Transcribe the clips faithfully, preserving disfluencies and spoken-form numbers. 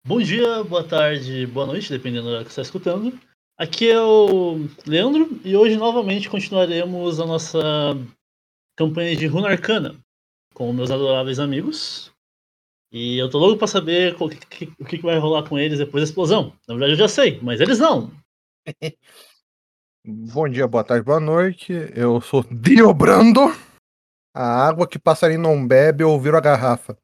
Bom dia, boa tarde, boa noite, dependendo da hora que você está escutando. Aqui é o Leandro e hoje novamente continuaremos a nossa campanha de Runa Arcana com meus adoráveis amigos. E eu tô louco pra saber o que, que, o que vai rolar com eles depois da explosão. Na verdade eu já sei, mas eles não. Bom dia, boa tarde, boa noite. Eu sou Diobrando. A água que passarinho não bebe, eu viro a garrafa.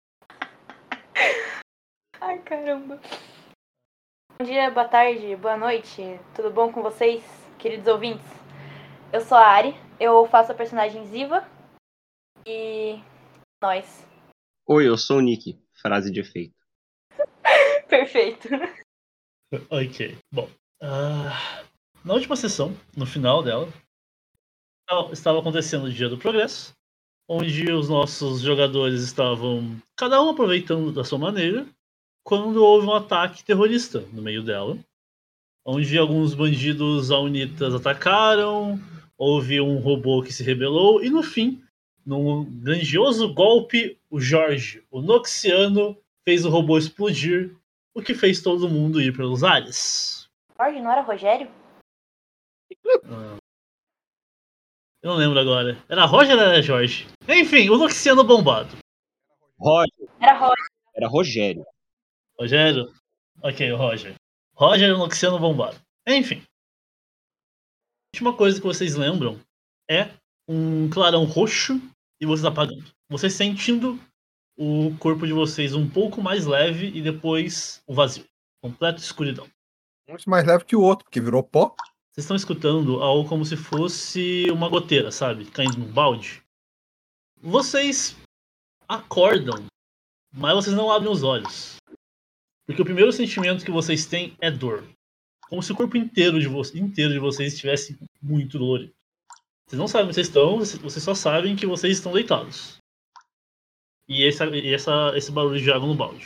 Ai, caramba. Bom dia, boa tarde, boa noite. Tudo bom com vocês, queridos ouvintes? Eu sou a Ari, eu faço a personagem Ziva. E... nós. Oi, eu sou o Nick. Frase de efeito. Perfeito. Ok, bom. Uh, na última sessão, no final dela, estava acontecendo o Dia do Progresso, onde os nossos jogadores estavam, cada um aproveitando da sua maneira, quando houve um ataque terrorista no meio dela, onde alguns bandidos aunitas atacaram, houve um robô que se rebelou, e no fim, num grandioso golpe, o Jorge, o Noxiano, fez o robô explodir, o que fez todo mundo ir pelos ares. Jorge, não era Rogério? Ah, eu não lembro agora. Era Roger ou era Jorge? Enfim, o Noxiano bombado. Roger. Era Roger. Era Rogério. Rogério? Ok, o Roger. Roger e o Noxiano bombado. Enfim. A última coisa que vocês lembram é um clarão roxo e vocês apagando. Vocês sentindo o corpo de vocês um pouco mais leve e depois o vazio. Completa escuridão. Um mais leve que o outro, porque virou pó. Vocês estão escutando algo como se fosse uma goteira, sabe? Caindo num balde. Vocês acordam, mas vocês não abrem os olhos. Porque o primeiro sentimento que vocês têm é dor. Como se o corpo inteiro de, vo inteiro de vocês estivesse muito dolorido. Vocês não sabem onde vocês estão, vocês só sabem que vocês estão deitados. E, esse, e essa, esse barulho de água no balde.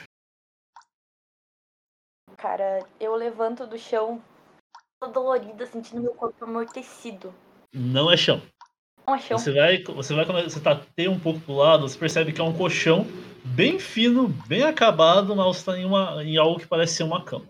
Cara, eu levanto do chão, toda dolorida, sentindo meu corpo amortecido. Não é chão. Não é chão. Você vai, você vai quando você tateia um pouco pro lado, você percebe que é um colchão bem fino, bem acabado, mas você está em, uma, em algo que parece ser uma cama.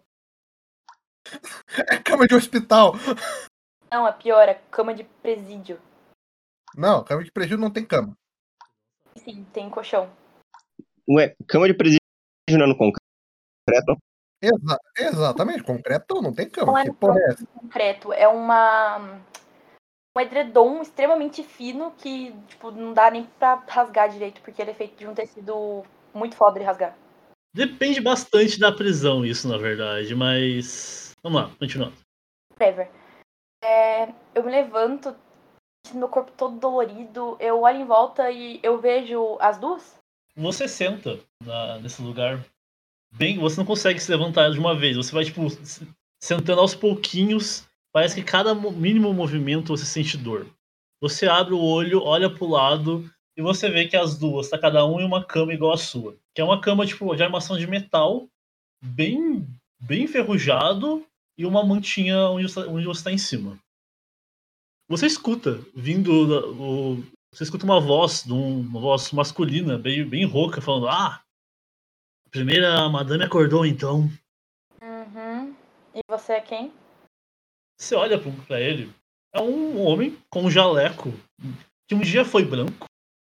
É cama de hospital. Não, é pior, é cama de presídio. Não, cama de presídio não tem cama. Sim, tem colchão. Ué, cama de presídio não é no concreto? Exa exatamente, concreto não tem cama. Não é Que no porra é essa? concreto, é uma... um edredom extremamente fino que, tipo, não dá nem pra rasgar direito, porque ele é feito de um tecido muito foda de rasgar. Depende bastante da prisão isso, na verdade, mas... Vamos lá, continuando. Whatever. É, eu me levanto, meu corpo todo dolorido, eu olho em volta e eu vejo as duas. Você senta na, nesse lugar bem... Você não consegue se levantar de uma vez, você vai, tipo, sentando aos pouquinhos. Parece que cada mínimo movimento você sente dor. Você abre o olho, olha pro lado e você vê que as duas, tá cada um em uma cama igual a sua. Que é uma cama tipo de armação de metal, bem, bem enferrujado e uma mantinha onde você, onde você tá em cima. Você escuta, vindo da, o, você escuta uma voz, uma voz masculina, bem, bem rouca, falando: Ah, a primeira madame acordou então. Uhum. E você é quem? Você olha pra ele, é um homem com um jaleco que um dia foi branco,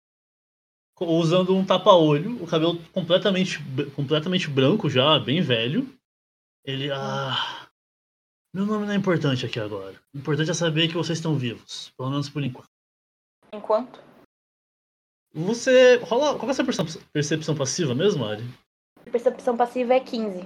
usando um tapa-olho, o cabelo completamente, completamente branco já, bem velho. Ele, ah, meu nome não é importante aqui agora. O importante é saber que vocês estão vivos, pelo menos por enquanto. Enquanto? Você, rola, qual é a sua percepção, percepção passiva mesmo, Ari? A percepção passiva é quinze.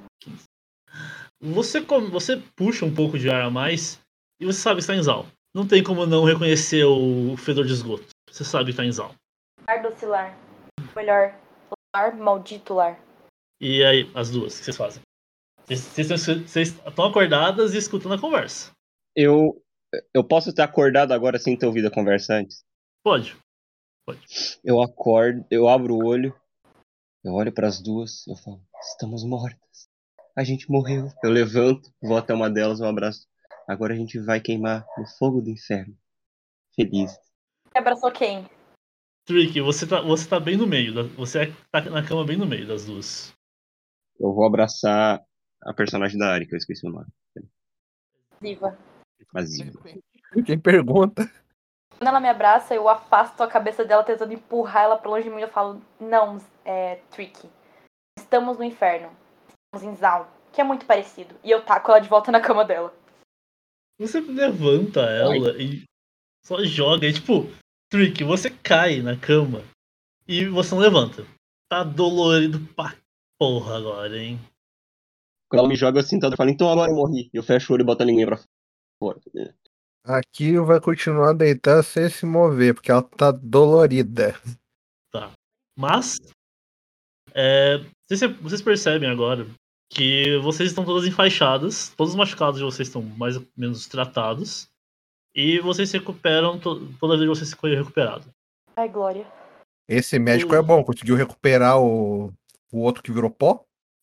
Você, você puxa um pouco de ar a mais e você sabe que está em Zal. Não tem como não reconhecer o fedor de esgoto. Você sabe que está em Zal. Lar docilar. Melhor, lar maldito lar. E aí, as duas, o que vocês fazem? Vocês estão acordadas e escutando a conversa. Eu, eu posso ter acordado agora sem ter ouvido a conversa antes? Pode. Pode. Eu acordo, eu abro o olho, eu olho para as duas, eu falo, estamos mortas. A gente morreu. Eu levanto, vou até uma delas, um abraço. Agora a gente vai queimar no fogo do inferno. Feliz. Você abraçou quem? Trick, você tá, você tá bem no meio. Da, você tá na cama bem no meio das duas. Eu vou abraçar a personagem da Ari, que eu esqueci o nome. Ziva. A Ziva. Quem pergunta? Quando ela me abraça, eu afasto a cabeça dela tentando empurrar ela pra longe de mim. Eu falo, não, é Tricky. Estamos no inferno. Estamos em Zaun, que é muito parecido. E eu taco ela de volta na cama dela. Você levanta ela e só joga. E tipo, Trick, você cai na cama e você não levanta. Tá dolorido pra porra agora, hein? Quando ela me joga assim, eu falo, então agora eu morri. Eu fecho o olho e boto a linguinha pra fora. A Kyo vai continuar deitando sem se mover, porque ela tá dolorida. Tá. Mas, é, vocês, vocês percebem agora que vocês estão todas enfaixadas, todos os machucados de vocês estão mais ou menos tratados, e vocês se recuperam to, toda vez que vocês se recuperado. Ai, Glória. Esse médico é bom, conseguiu recuperar o, o outro que virou pó.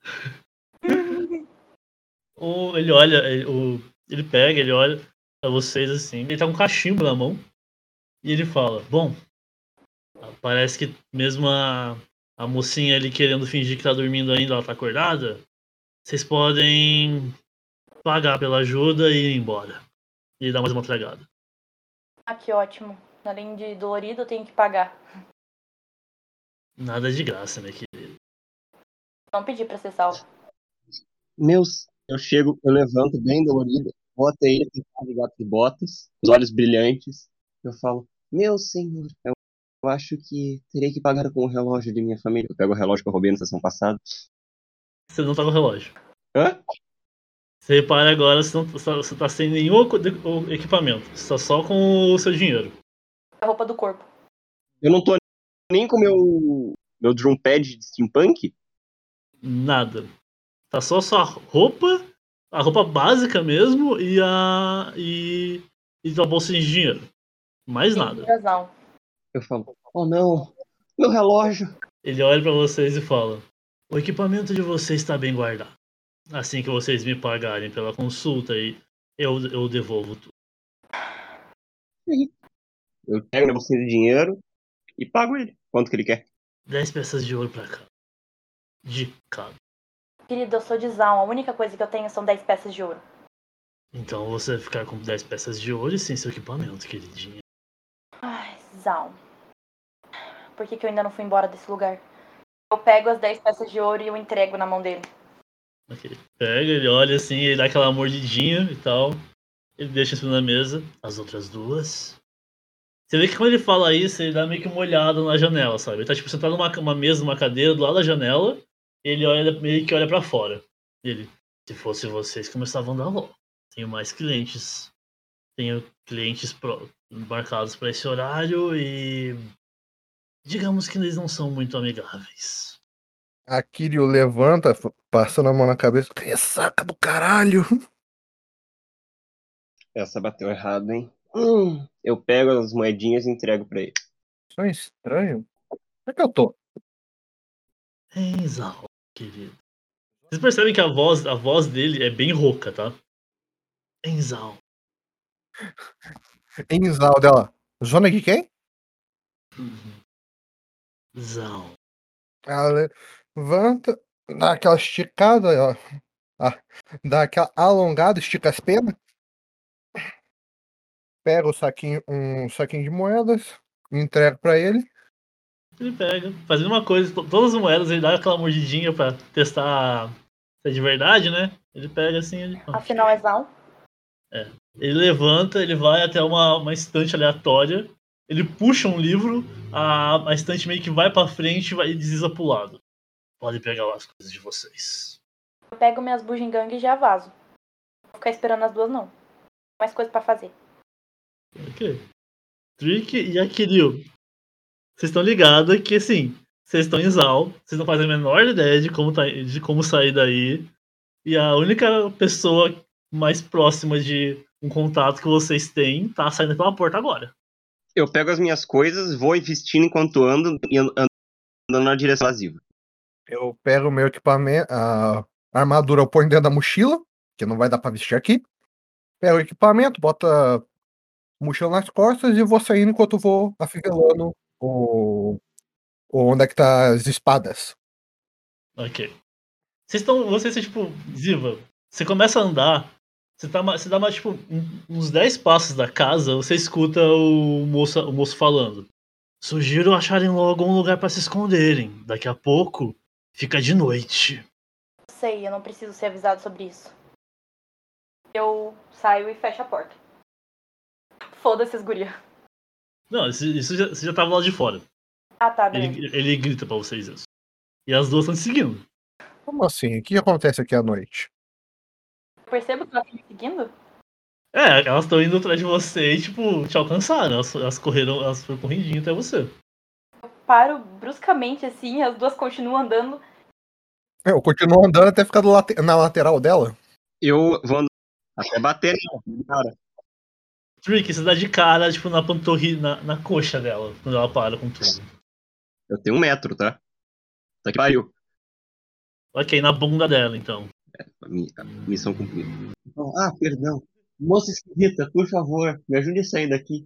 Ou ele olha, ele, o, ele pega, ele olha pra vocês assim, ele tá com um cachimbo na mão, e ele fala, bom, parece que mesmo a, a mocinha ali querendo fingir que tá dormindo ainda, ela tá acordada, vocês podem pagar pela ajuda e ir embora. E dar mais uma tragada. Ah, que ótimo. Além de dolorido, eu tenho que pagar. Nada de graça, né, querido? Não pedi pra ser salvo. Meus, eu chego, eu levanto bem dolorido, vou até ele, com de gato de botas, os olhos brilhantes. Eu falo, meu senhor, eu, eu acho que terei que pagar com o relógio de minha família. Eu pego o relógio que eu roubei na sessão passada. Você não tá com o relógio. Hã? Você repara agora, você, não, você tá sem nenhum equipamento. Você tá só com o seu dinheiro. A roupa do corpo. Eu não tô nem com meu meu drum pad de steampunk. Nada. Tá só a sua roupa, a roupa básica mesmo e a. e. e tua bolsa de dinheiro. Mais nada. Razão. Eu falo, oh não, meu relógio. Ele olha pra vocês e fala: o equipamento de vocês está bem guardado. Assim que vocês me pagarem pela consulta, e eu, eu devolvo tudo. Eu pego minha bolsinha de dinheiro e pago ele. Quanto que ele quer? Dez peças de ouro pra cá. De cada. Querido, eu sou de Zaun. A única coisa que eu tenho são dez peças de ouro. Então você vai ficar com dez peças de ouro e sem seu equipamento, queridinha. Ai, Zaun. Por que, que eu ainda não fui embora desse lugar? Eu pego as dez peças de ouro e eu entrego na mão dele. Okay. Pega, ele olha assim, ele dá aquela mordidinha e tal. Ele deixa isso na mesa. As outras duas. Você vê que quando ele fala isso, ele dá meio que uma olhada na janela, sabe? Ele tá tipo sentado numa uma mesa, numa cadeira do lado da janela. Ele olha, meio que olha pra fora. Ele, se fosse vocês, começavam a dar logo. Tenho mais clientes. Tenho clientes pro, marcados para esse horário e. Digamos que eles não são muito amigáveis. A Kiryu levanta, passando a mão na cabeça. Ressaca do caralho! Essa bateu errado, hein? Hum, eu pego as moedinhas e entrego pra ele. Isso é estranho. Onde é que eu tô? Enzal, querido. Vocês percebem que a voz, a voz dele é bem rouca, tá? Enzal. Enzal dela. Zona de quem? Uhum. Zal. Ela levanta, dá aquela esticada, ó. Ah, dá aquela alongada, estica as penas. Pega o saquinho, um saquinho de moedas, entrega pra ele. Ele pega, fazendo uma coisa, todas as moedas, ele dá aquela mordidinha pra testar se é de verdade, né? Ele pega assim, ele... Afinal, é Zaun. É. Ele levanta, ele vai até uma, uma estante aleatória, ele puxa um livro, a, a estante meio que vai pra frente e, vai, e desliza pro lado. Pode pegar lá as coisas de vocês. Eu pego minhas bugigangas e já vazo. Não vou ficar esperando as duas, não. Mais coisa pra fazer. Ok. Trick e Akiryu. Vocês estão ligados que, assim, vocês estão em Zal, vocês não fazem a menor ideia de como, tá, de como sair daí. E a única pessoa mais próxima de um contato que vocês têm tá saindo pela porta agora. Eu pego as minhas coisas, vou investindo enquanto ando e andando na direção vazia. Eu pego o meu equipamento, a armadura eu ponho dentro da mochila, que não vai dar pra vestir aqui. Pego o equipamento, boto a mochila nas costas e vou saindo enquanto vou afivelando o... o onde é que tá as espadas. Ok. Vocês estão. Vocês, tipo, Ziva, você começa a andar, você, tá, você dá mais, tipo, uns dez passos da casa, você escuta o moço, o moço falando. Sugiro acharem logo um lugar pra se esconderem. Daqui a pouco, fica de noite. Sei, eu não preciso ser avisado sobre isso. Eu saio e fecho a porta. Foda-se as guria. Não, isso, isso já, você já tava lá de fora. Ah, tá, beleza. Ele, ele grita pra vocês isso. E as duas estão te seguindo. Como assim? O que acontece aqui à noite? Eu percebo que ela tá me seguindo? É, elas estão indo atrás de você e, tipo, te alcançaram. Elas, elas correram, elas foram correndinho até você. Eu paro bruscamente assim, as duas continuam andando. Eu continuo andando até ficar do late- na lateral dela. Eu vou andar até bater nela, cara. Trick, você dá de cara, tipo, na panturrilha, na, na coxa dela, quando ela para com tudo. Eu tenho um metro, tá? Tá que pariu. Ok, na bunda dela, então. A mi- a missão cumprida. Ah, perdão. Moça esquisita, por favor, me ajude a sair daqui.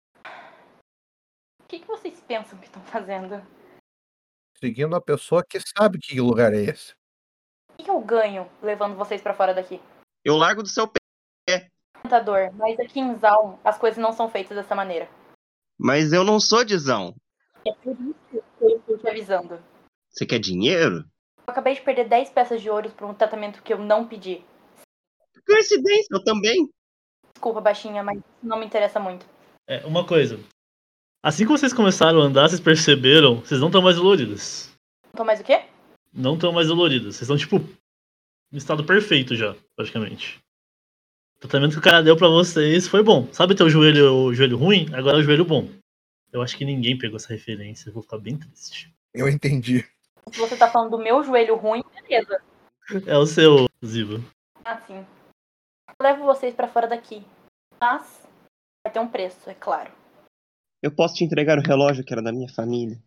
O que, que vocês pensam que estão fazendo? Seguindo a pessoa que sabe que lugar é esse. O que, que eu ganho levando vocês pra fora daqui? Eu largo do seu pé, Tentador, mas aqui em Zaun as coisas não são feitas dessa maneira. mas eu não sou de Zão. É por isso que eu estou te avisando. Você quer dinheiro? Eu acabei de perder dez peças de ouro por um tratamento que eu não pedi. Coincidência, eu também. Desculpa, baixinha, mas isso não me interessa muito. É, uma coisa. Assim que vocês começaram a andar, vocês perceberam, vocês não estão mais doloridas. Não tô mais o quê? Não estão mais doloridas. Vocês estão, tipo, no estado perfeito já, praticamente. O tratamento que o cara deu pra vocês foi bom. Sabe ter o joelho, o joelho ruim? Agora é o joelho bom. Eu acho que ninguém pegou essa referência. Eu vou ficar bem triste. Eu entendi. Se você tá falando do meu joelho ruim, beleza. É o seu, Ziva. Ah, sim. Eu levo vocês pra fora daqui. Mas vai ter um preço, é claro. Eu posso te entregar o relógio que era da minha família.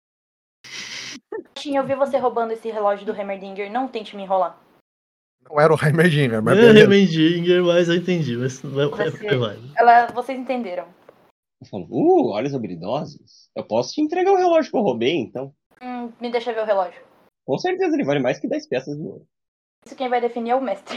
Baixinha, eu vi você roubando esse relógio do Heimerdinger. Não tente me enrolar. Não era o Heimerdinger, mas Não é beleza. Remendinger, mas eu entendi. Mas vai, vai, Você- vai, vai. Ela, vocês entenderam. Eu falo, uh, olhos habilidosos. Eu posso te entregar o relógio que eu roubei, então. Hum, me deixa ver o relógio. Com certeza ele vale mais que dez peças de ouro. Isso quem vai definir é o mestre.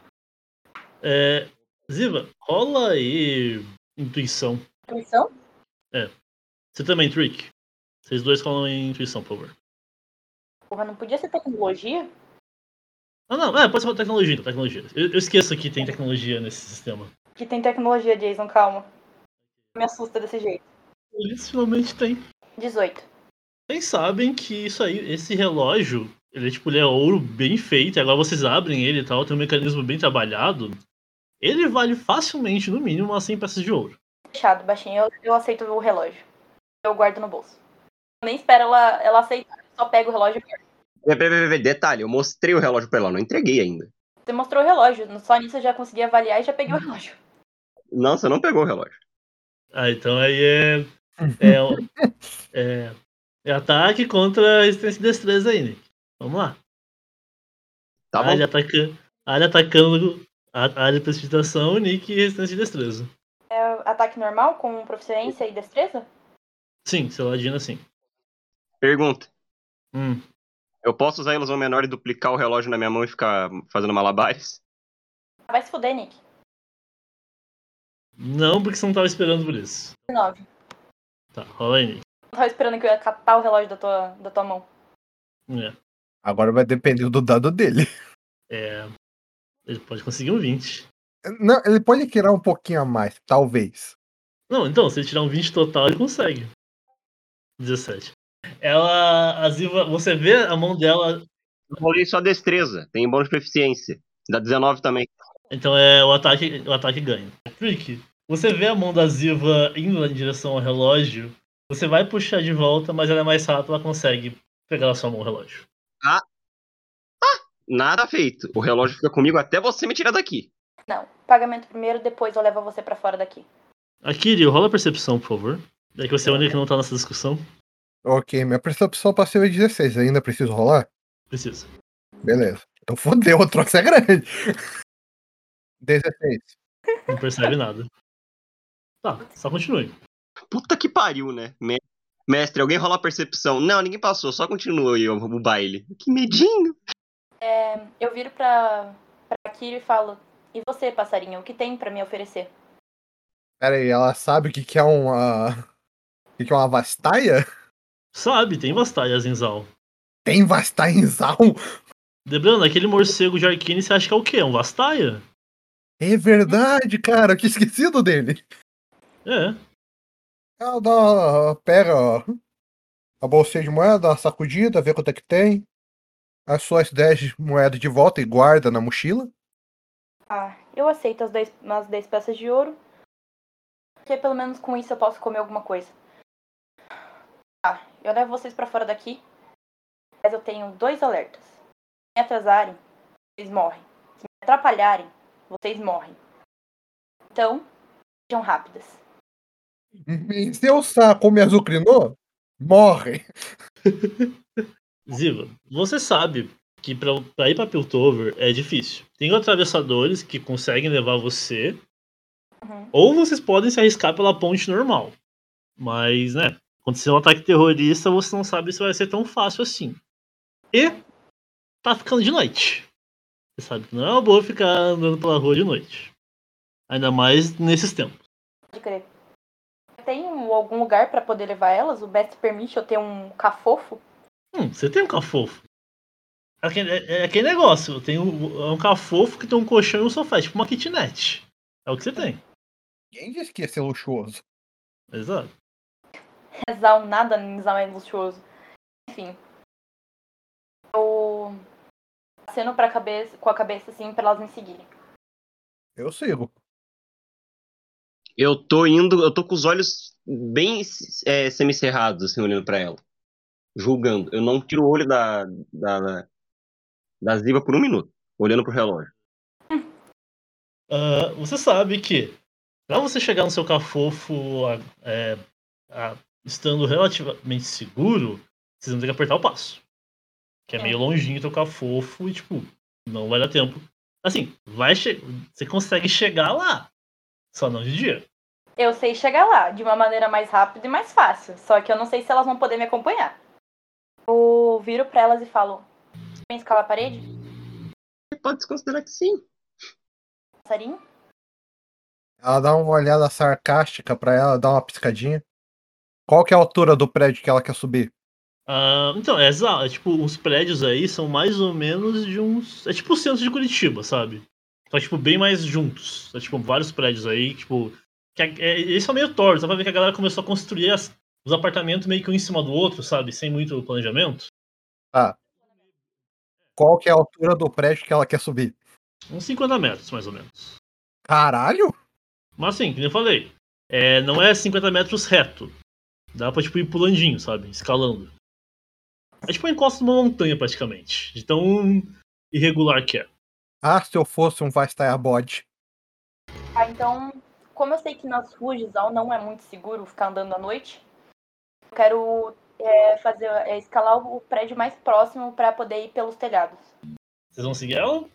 É, Ziva, rola aí intuição. Intuição? Você também, Trick. Vocês dois rolam em intuição, por favor. Porra, não podia ser tecnologia? Ah, não, é, pode ser tecnologia, então, tecnologia. Eu, eu esqueço que tem tecnologia nesse sistema. Que tem tecnologia, Jason, calma. Me assusta desse jeito. Eles finalmente tem. dezoito. Vocês sabem que isso aí, esse relógio, ele é tipo, ele é ouro bem feito, e agora vocês abrem ele e tal, tem um mecanismo bem trabalhado. Ele vale facilmente, no mínimo, umas cem peças de ouro. Fechado, baixinho. Eu, eu aceito o relógio. Eu guardo no bolso. Eu nem espero ela, ela aceitar. Só pego o relógio e guardo. Peraí, peraí, peraí, detalhe, eu mostrei o relógio pra ela, não entreguei ainda. Você mostrou o relógio. Só nisso eu já consegui avaliar e já peguei o relógio. Não, você não pegou o relógio. Ah, então aí é. É, é, é ataque contra resistência e destreza aí, Nick. Vamos lá. Tá a bom? área, ataca, a área atacando a a área de precipitação, Nick e resistência de destreza. É ataque normal com proficiência e destreza? Sim, Celadina sim. Pergunta. Hum. Eu posso usar a ilusão menor e duplicar o relógio na minha mão e ficar fazendo malabares? Vai se fuder, Nick. Não, porque você não tava esperando por isso. dezenove. Tá, rola aí, Nick. Eu tava esperando que eu ia catar o relógio da tua, da tua mão. É. Agora vai depender do dado dele. É, ele pode conseguir um vinte. Não, ele pode tirar um pouquinho a mais, talvez. Não, então, se ele tirar um vinte total, ele consegue. dezessete. Ela, a Ziva, você vê a mão dela. Eu rolei só destreza, tem bônus de proficiência. Dá dezenove também. Então é o ataque, o ataque ganha. Trick, você vê a mão da Ziva indo em direção ao relógio. Você vai puxar de volta, mas ela é mais rápida, ela consegue pegar na sua mão o relógio. Nada feito. O relógio fica comigo até você me tirar daqui. Não. Pagamento primeiro, depois eu levo você pra fora daqui. Akiri, rola a percepção, por favor. É que você é a única que não tá nessa discussão. Ok, minha percepção passiva é dezesseis. Ainda preciso rolar? Precisa. Beleza. Então fodeu, o troço é grande. dezesseis. Não percebe nada. Tá, só continue. Puta que pariu, né? Me- Mestre, alguém rola a percepção. Não, ninguém passou, só continua aí o, o baile. Que medinho. É, Eu viro pra, pra Kiro e falo, e você, passarinho, o que tem pra me oferecer? Pera aí, ela sabe o que, que é uma. O que, que é uma vastaia? Sabe, tem Vastaia, Zinzal. Tem vastaia em Zal? Lembrando, aquele morcego de Arcane, você acha que é o quê? É um Vastaia? É verdade, cara, que esquecido dele. É. Ela dá uma, pega ó, a bolsinha de moeda, dá uma sacudida, vê quanto é que tem. As suas dez moedas de volta e guarda na mochila. Ah, eu aceito as dez, as dez peças de ouro. Porque pelo menos com isso eu posso comer alguma coisa. Ah, eu levo vocês pra fora daqui. Mas eu tenho dois alertas. Se me atrasarem, vocês morrem. Se me atrapalharem, vocês morrem. Então, sejam rápidas. E se eu saco me azucrinou, morre. Ziva, você sabe que pra, pra ir pra Piltover é difícil. Tem atravessadores que conseguem levar você, Uhum. ou vocês podem se arriscar pela ponte normal. Mas, né, acontecer um ataque terrorista, você não sabe se vai ser tão fácil assim. E tá ficando de noite. Você sabe que não é uma boa ficar andando pela rua de noite. Ainda mais nesses tempos. Pode crer. Tem um- algum lugar pra poder levar elas? O Best permite eu ter um cafofo? Hum, você tem um cafofo. É aquele, é, é aquele negócio, tem um, é um cafofo que tem um colchão e um sofá, tipo uma kitnet. É o que você tem. Quem disse que ia ser luxuoso? Exato. Exal, nada Nizal é luxuoso. Enfim. Eu aceno pra cabeça, com a cabeça assim pra elas me seguirem. Eu sigo. Eu tô indo, eu tô com os olhos bem é, semicerrados, assim, olhando pra ela. Julgando. Eu não tiro o olho da, da, da Ziva por um minuto, olhando pro relógio. Uh, você sabe que pra você chegar no seu cafofo é, a, estando relativamente seguro, vocês vão ter que apertar o passo. Que é meio longinho teu cafofo e, tipo, não vai dar tempo. Assim, vai che- você consegue chegar lá, só não de dia. Eu sei chegar lá de uma maneira mais rápida e mais fácil. Só que eu não sei se elas vão poder me acompanhar. Eu viro pra elas e falo: vem escalar a parede? Você pode se considerar que sim. Passarinho? Ela dá uma olhada sarcástica pra ela, dá uma piscadinha. Qual que é a altura do prédio que ela quer subir? Ah, então, é, exa- é tipo, os prédios aí são mais ou menos de uns. É tipo o centro de Curitiba, sabe? Só tipo, bem mais juntos. É tipo, vários prédios aí, tipo. Que é, é, eles são meio tortos, dá pra ver que a galera começou a construir as- os apartamentos meio que um em cima do outro, sabe? Sem muito planejamento. Ah. Qual que é a altura do prédio que ela quer subir? Uns cinquenta metros, mais ou menos. Caralho! Mas assim, como eu falei, é, não é cinquenta metros reto. Dá pra, tipo, ir pulandinho, sabe? Escalando. É tipo uma encosta numa montanha, praticamente. De tão irregular que é. Ah, se eu fosse um Vastaia bode. Ah, então, como eu sei que nas ruas de Zal não é muito seguro ficar andando à noite, eu quero é, fazer, é, escalar o prédio mais próximo pra poder ir pelos telhados. Vocês vão seguir ela?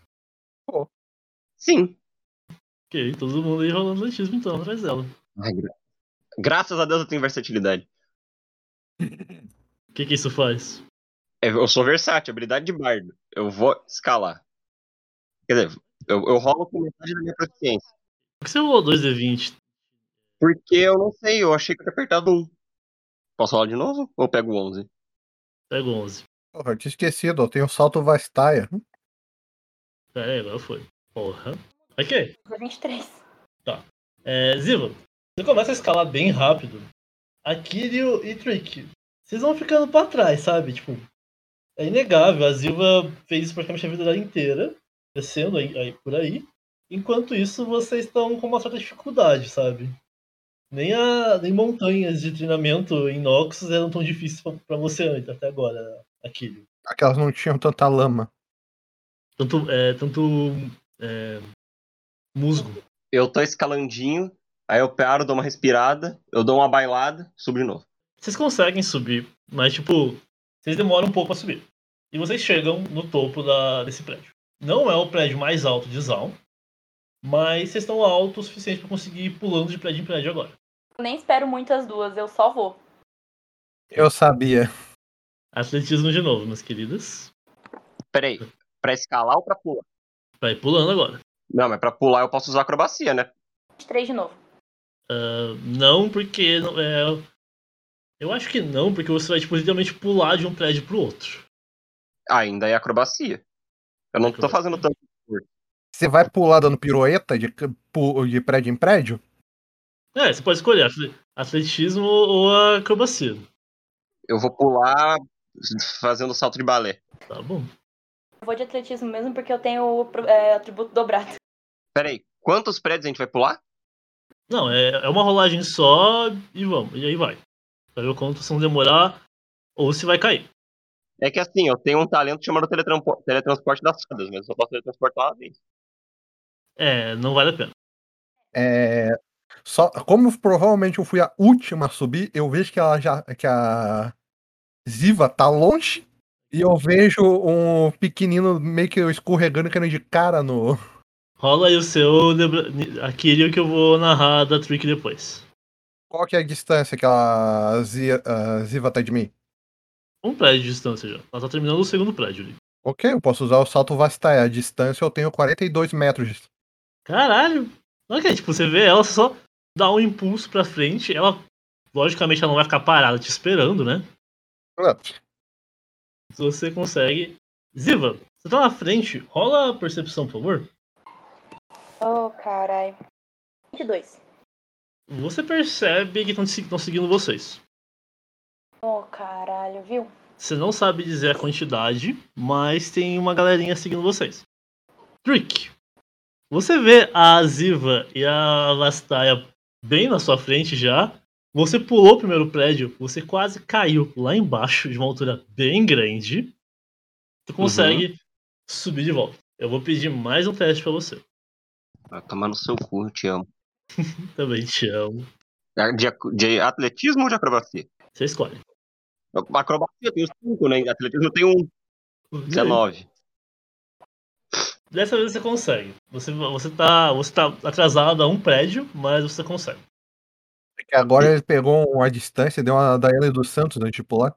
Sim. Ok, todo mundo aí rolando atletismo então, atrás dela. Ai, gra- Graças a Deus eu tenho versatilidade. O que que isso faz? É, eu sou versátil, habilidade de bardo. Eu vou escalar. Quer dizer, eu, eu rolo com metade da minha proficiência. Por que você rolou dois D vinte? Porque eu não sei, eu achei que eu tinha apertado um. Posso rolar de novo? Ou eu pego o onze? Pega o onze. Porra, eu tinha esquecido, eu tenho salto Vastaia. Pera aí, agora foi. Porra. Ok. Foi vinte e três. É, Ziva, você começa a escalar bem rápido. A Kiryu e Trick, vocês vão ficando pra trás, sabe? Tipo, é inegável. A Ziva fez isso praticamente a vida dela inteira, descendo aí, aí por aí. Enquanto isso, vocês estão com uma certa dificuldade, sabe? Nem, a, nem montanhas de treinamento em Noxus eram tão difíceis pra, pra você antes, até agora, a Kiryu. Aquelas não tinham tanta lama. Tanto, é, tanto é, musgo. Eu tô escalandinho, aí eu paro, dou uma respirada, eu dou uma bailada, subo de novo. Vocês conseguem subir, mas tipo, vocês demoram um pouco pra subir. E vocês chegam no topo da, desse prédio. Não é o prédio mais alto de Zaun, mas vocês estão alto o suficiente pra conseguir ir pulando de prédio em prédio agora. Eu nem espero muito as duas, eu só vou. Eu sabia. Atletismo de novo, meus queridos. Peraí, Pra escalar ou pra pular? Pra ir pulando agora. Não, mas pra pular eu posso usar acrobacia, né? vinte e três de novo. Uh, não, porque. não- É, eu acho que não, porque você vai, tipo, literalmente pular de um prédio pro outro. Ainda é acrobacia. Eu não tô Acrobacia. fazendo tanto esforço. Você vai pular dando pirueta de, pu- de prédio em prédio? É, você pode escolher atle- atletismo ou a acrobacia. Eu vou pular fazendo salto de balé. Tá bom. Eu vou de atletismo mesmo porque eu tenho o pro- é, atributo dobrado. Pera aí, quantos prédios a gente vai pular? Não, é, é uma rolagem só e vamos. E aí vai. Pra ver o quanto se não demorar ou se vai cair. É que assim, eu tenho um talento chamado teletranpo- teletransporte das fadas, mas eu só posso teletransportar uma vez. É, não vale a pena. É, só, como provavelmente eu fui a última a subir, eu vejo que ela já que a Ziva tá longe e eu vejo um pequenino meio que escorregando caindo de cara no. Rola aí o seu. Lebra- Aquele que eu vou narrar da Trick depois. Qual que é a distância que a, Zi- a Ziva tá de mim? Um prédio de distância já. Ela tá terminando o segundo prédio ali. Ok, eu posso usar o salto Vastai. A distância eu tenho quarenta e dois metros. Caralho! Ok, tipo, você vê ela, você só dá um impulso pra frente. Ela, logicamente, ela não vai ficar parada te esperando, né? Ah, Se você consegue. Ziva, você tá na frente. Rola a percepção, por favor. Oh, carai. vinte e dois. Você percebe que estão seguindo vocês. Oh, caralho, viu? Você não sabe dizer a quantidade, mas tem uma galerinha seguindo vocês. Trick. Você vê a Ziva e a Vastaia bem na sua frente já. Você pulou o primeiro prédio, você quase caiu lá embaixo de uma altura bem grande. Você consegue subir de volta. Eu vou pedir mais um teste pra você. Vai tomar no seu cu, eu te amo. Também te amo. De, de atletismo ou de acrobacia? Você escolhe. Acrobacia eu tenho cinco, né? Atletismo eu tenho um. dezenove. Dessa vez você consegue. Você, você, tá, você tá atrasado a um prédio, mas você consegue. é que agora ele pegou uma distância e deu uma Daiane dos Santos antes de pular.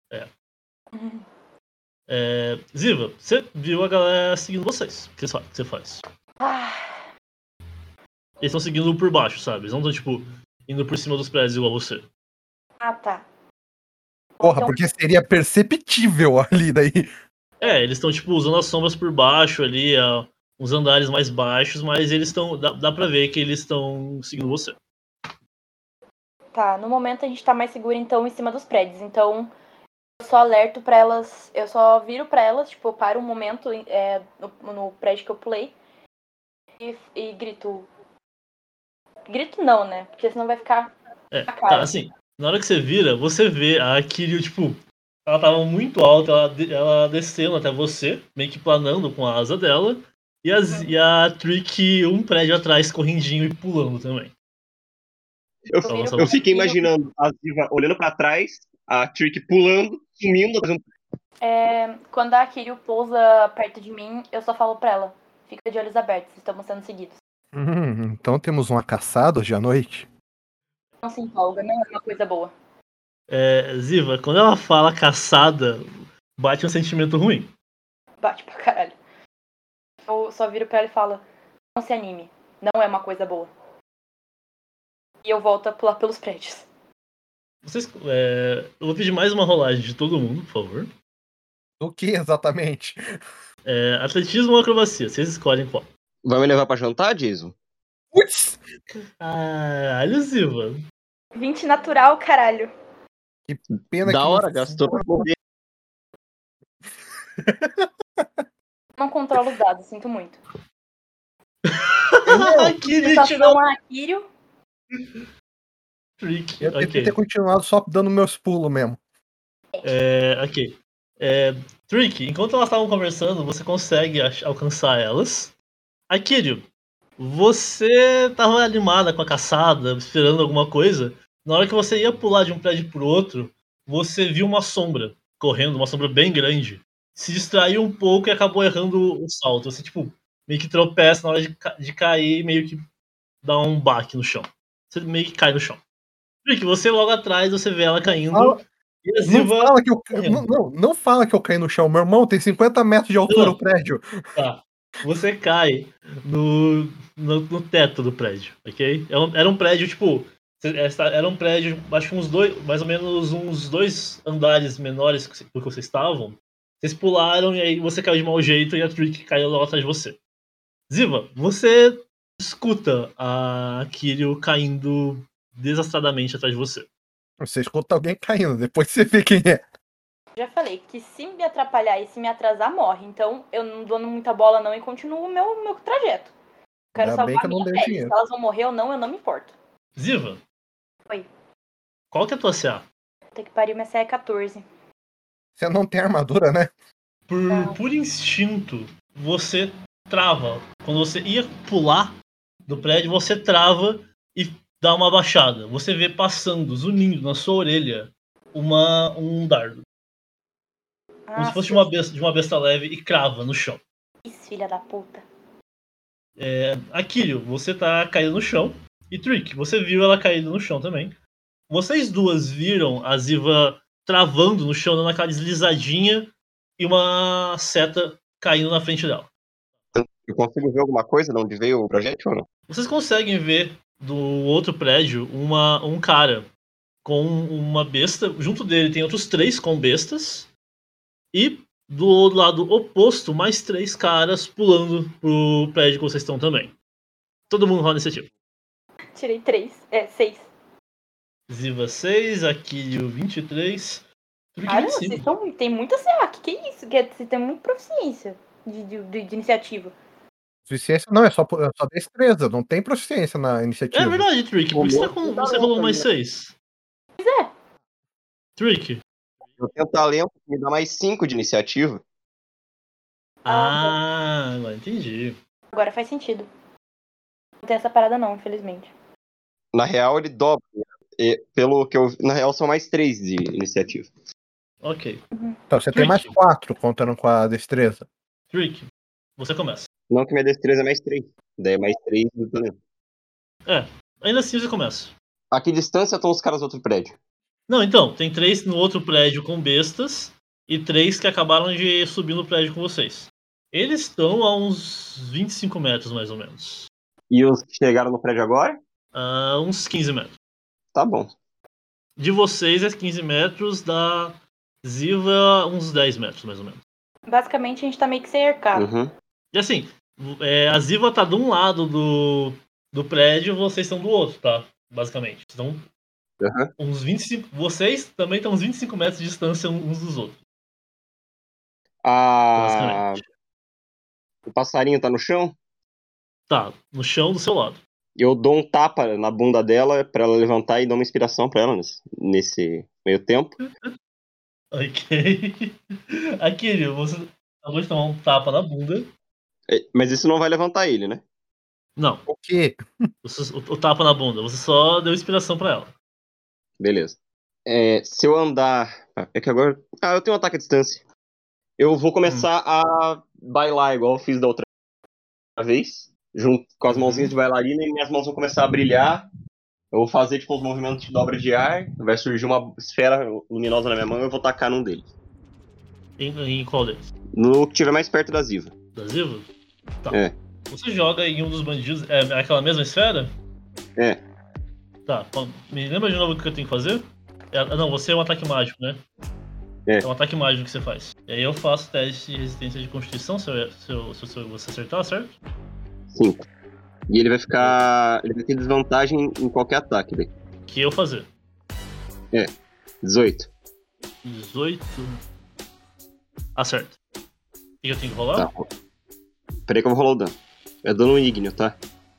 É, Ziva, você viu a galera seguindo vocês. O que você faz? O que você faz? Ah, Eles estão seguindo por baixo, sabe? Eles não estão, tipo, indo por cima dos prédios igual você. ah, tá. Porra, Então- porque seria perceptível ali daí. É, eles estão, tipo, usando as sombras por baixo ali, ó, uns andares mais baixos, mas eles estão. Dá, dá pra ver que eles estão seguindo você. Tá, no momento a gente tá mais seguro, então, em cima dos prédios. Então, eu só alerto pra elas, eu só viro pra elas, tipo, eu paro um momento é, no, no prédio que eu pulei e, e grito. Grito não, né? Porque senão vai ficar É, a cara. tá, assim, na hora que você vira, você vê a Kiryu, tipo, ela tava muito alta, ela, de- ela descendo até você, meio que planando com a asa dela, e, as, e a Trick um prédio atrás, correndinho e pulando também. Eu, Eu viro eu pra fiquei Kiryu. imaginando a Ziva olhando pra trás, a Trick pulando, sumindo. É, quando a Kiryu pousa perto de mim, eu só falo pra ela. Fica de olhos abertos, estamos sendo seguidos. Hum, então temos uma caçada hoje à noite. Não se empolga, não é uma coisa boa. É, Ziva, quando ela fala caçada, bate um sentimento ruim. Bate pra caralho. Eu só viro pra ela e falo, não se anime, não é uma coisa boa. E eu volto a pular pelos prédios. Vocês, é, eu vou pedir mais uma rolagem de todo mundo, por favor. O que exatamente? É, atletismo ou acrobacia? Vocês escolhem qual. Vai me levar pra jantar, Jason? Putz! Caralho, Ziva. vinte natural, caralho. Que pena Da que hora, não... gastou pra poder. Não controlo os dados, sinto muito. Queria Só tirar sou o uma Akiryu. trick. Eu devia ter Ok. continuado só dando meus pulos mesmo. É, ok. É, Trick, enquanto elas estavam conversando, você consegue ach- alcançar elas. Akiryu, você tava animada com a caçada, esperando alguma coisa. Na hora que você ia pular de um prédio pro outro, você viu uma sombra correndo, uma sombra bem grande. Se distraiu um pouco e acabou errando o salto. Você, tipo, meio que tropeça na hora de, ca- de cair e meio que dá um baque no chão. Você meio que cai no chão. Trick, você logo atrás, você vê ela caindo. Fala, E E a Não Ziva. fala, que eu, morreu. não, não, não fala que eu caí no chão. Meu irmão tem cinquenta metros de altura Não. o prédio. Tá. Você cai no, no, no teto do prédio, ok? Era um, era um prédio, tipo. Era um prédio, acho que uns dois, mais ou menos uns dois andares menores do que vocês estavam. Vocês pularam e aí você caiu de mau jeito e a Trick caiu lá atrás de você. Ziva, você escuta a Kiryu caindo desastradamente atrás de você. Você escuta alguém caindo, depois você vê quem é. Já falei que se me atrapalhar e se me atrasar, morre. Então eu não dou muita bola não e continuo o meu, meu trajeto. Quero Ainda bem salvar que eu a não minha dei pele. dinheiro. Se elas vão morrer ou não, eu não me importo. Ziva. Oi. Qual que é a tua C A? Tem que pariu, minha C A é quatorze. Você não tem armadura, né? Por, Não. por instinto, você trava. Quando você ia pular do prédio, você trava e dá uma baixada. Você vê passando, zunindo na sua orelha, uma, um dardo. Como se fosse de uma, besta, de uma besta leve e crava no chão. Isso, filha da puta. É, Akilio, você tá caído no chão. E Trick, você viu ela caída no chão também. Vocês duas viram a Ziva travando no chão, dando aquela deslizadinha e uma seta caindo na frente dela. Eu consigo ver alguma coisa de onde veio o projétil ou não? Vocês conseguem ver do outro prédio uma, um cara com uma besta. Junto dele tem outros três com bestas. E do lado oposto, mais três caras pulando pro prédio que vocês estão também. Todo mundo rola iniciativa. Tirei três. É, seis. Ziva seis, Akilio vinte e três. Trick Caramba, vinte e cinco. vocês tão, tem muita C A. Que que é isso? Que você tem muita proficiência de, de, de, de iniciativa. Proficiência não, é só, é só destreza, não tem proficiência na iniciativa. É verdade, Trick. Por que você, tá com, você rolou mais também. seis? Pois é. Trick. Eu tenho talento que me dá mais cinco de iniciativa. Ah, agora entendi. Agora faz sentido. Não tem essa parada não, infelizmente. Na real, ele dobra. E, pelo que eu na real, são mais três de iniciativa. Ok. Então você tem mais quatro contando com a destreza. Trick, você começa. Não que minha destreza é mais três. Daí é mais três do talento. É, ainda assim você começa. A que distância estão os caras do outro prédio? Não, então, tem três no outro prédio com bestas e três que acabaram de subir no prédio com vocês. Eles estão a uns vinte e cinco metros, mais ou menos. E os que chegaram no prédio agora? A uns quinze metros. Tá bom. De vocês é quinze metros, da Ziva uns dez metros, mais ou menos. Basicamente a gente tá meio que cercado. Uhum. E assim, é, a Ziva tá de um lado do, do prédio, vocês estão do outro, tá? Basicamente. Então, Uhum. uns vinte e cinco. Vocês também estão uns vinte e cinco metros de distância uns dos outros. A... Basicamente. O passarinho tá no chão? Tá, no chão do seu lado. Eu dou um tapa na bunda dela pra ela levantar e dou uma inspiração pra ela nesse, nesse meio tempo. Ok. Aqui, você acabou de tomar um tapa na bunda. É, mas isso não vai levantar ele, né? Não, O quê? você- o, o tapa na bunda. Você só deu inspiração pra ela. Beleza. É, se eu andar... ah, É que agora... Ah, eu tenho um ataque à distância. Eu vou começar a bailar igual eu fiz da outra vez. Junto com as mãozinhas de bailarina e minhas mãos vão começar a brilhar. Eu vou fazer tipo uns movimentos de dobra de ar. Vai surgir uma esfera luminosa na minha mão e eu vou tacar num deles. Em, em qual deles? No que tiver mais perto da Ziva. Da Ziva? Tá. É. Você joga em um dos bandidos. É aquela mesma esfera? É. Tá. Me lembra de novo o que eu tenho que fazer? É, não, você é um ataque mágico, né? É. É um ataque mágico que você faz. E aí eu faço teste de resistência de constituição se, eu, se, eu, se eu, você acertar, certo? Cinco. E ele vai ficar... Ele vai ter desvantagem em qualquer ataque daí. Que eu fazer. É. dezoito. dezoito. Acerta. O que eu tenho que rolar? Tá. Peraí que eu vou rolar o dano. É dano ígneo, tá?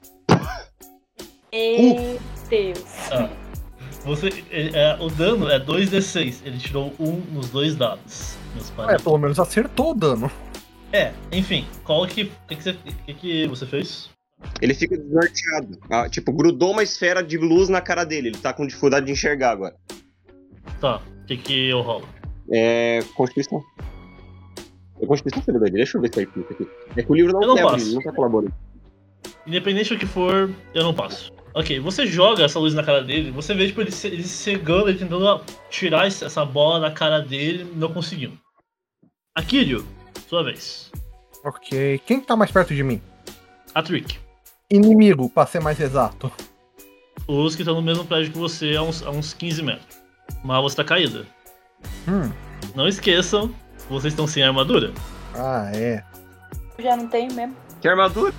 Meu Deus. Ah. Você, é, é, o dano é dois d seis. Ele tirou um nos dois dados. Meus É, parabéns. pelo menos acertou o dano. É, enfim. Qual que, que, que, você, que, que você fez? Ele fica desnorteado. Ah, tipo, grudou uma esfera de luz na cara dele. Ele tá com dificuldade de enxergar agora. Tá. O que, que eu rolo? É... Constituição. É Constituição, verdade. Deixa eu ver se é isso aqui. É que o livro não Eu não leva, passo. ele não tá colaborando. Independente do que for, eu não passo. Ok, você joga essa luz na cara dele, você vê tipo, ele, se- ele cegando, ele tentando tirar esse- essa bola da cara dele, não conseguiu. Akiryu, sua vez. Ok. Quem tá mais perto de mim? A Trick. Inimigo, pra ser mais exato. Os que estão no mesmo prédio que você a uns, a uns quinze metros. Mas você tá caída. Hum. Não esqueçam, vocês estão sem armadura. Ah, é. Eu já não tenho mesmo. Que armadura?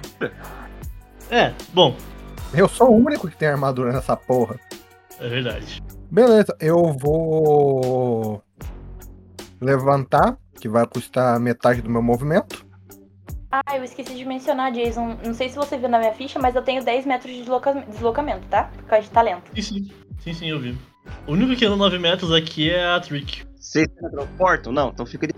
É, bom, Eu sou o único que tem armadura nessa porra. é verdade. Beleza, eu vou levantar, que vai custar metade do meu movimento. Ah, eu esqueci de mencionar, Jason. Não sei se você viu na minha ficha, mas eu tenho dez metros de desloca- deslocamento, tá? Por causa de talento. Sim, sim, sim, sim, eu vi. O único que anda nove metros aqui é a Trick. Vocês se transportam? Não, então fica de.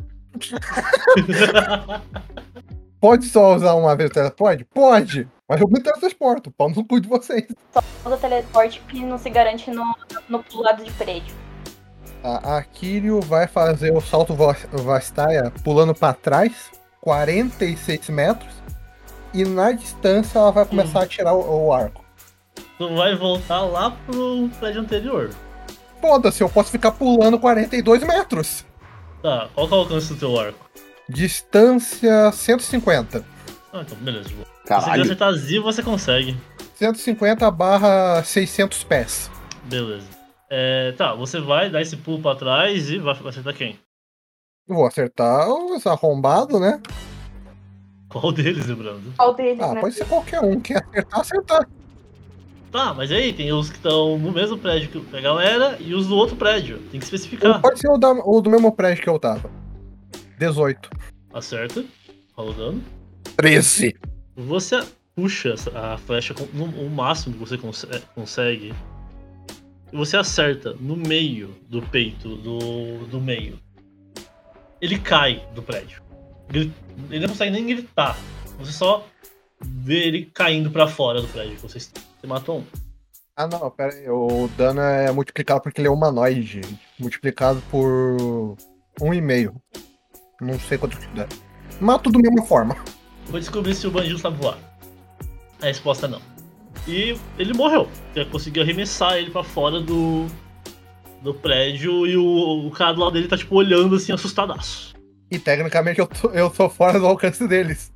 Pode só usar uma vez o teleporte? Pode! Mas eu me teletransporto, pau no cu de vocês. Usa teleporte que não se garante no, no lado de prédio. A Akiryu vai fazer o salto Vas- Vastaia pulando pra trás, quarenta e seis metros, e na distância ela vai começar a tirar o, o arco. Tu vai voltar lá pro prédio anterior. Foda-se, eu posso ficar pulando quarenta e dois metros. Tá, qual que é o alcance do teu arco? Distância cento e cinquenta. Ah, então, beleza, de boa. Se você quiser Caralho. acertar Z, você consegue. cento e cinquenta barra seiscentos pés. Beleza. É, tá, você vai dar esse pulo pra trás e vai vai acertar quem? Eu vou acertar os arrombados, né? Qual deles, lembrando? Qual deles, Ah, né? pode ser qualquer um. Quem acertar, acertar. Tá, mas aí tem os que estão no mesmo prédio que a galera e os do outro prédio. Tem que Ou especificar. pode ser o, da- o do mesmo prédio que eu tava. dezoito. Acerta. Rola o dano. treze. Você puxa essa- a flecha com no, o máximo que você conse- consegue. E você acerta no meio do peito do, do meio. Ele cai do prédio. Ele, ele não consegue nem gritar. Você só vê ele caindo pra fora do prédio. Você, você matou um. Ah, não, pera aí. O dano é multiplicado porque ele é humanoide. Multiplicado por um e meio. Não sei quanto que dá. Mato da mesma forma. Vou descobrir se o bandido sabe voar. A resposta é não. E ele morreu. Você conseguiu arremessar ele pra fora do, do prédio e o, o cara do lado dele tá tipo olhando assim, assustadaço. E tecnicamente eu, tô, eu sou fora do alcance deles.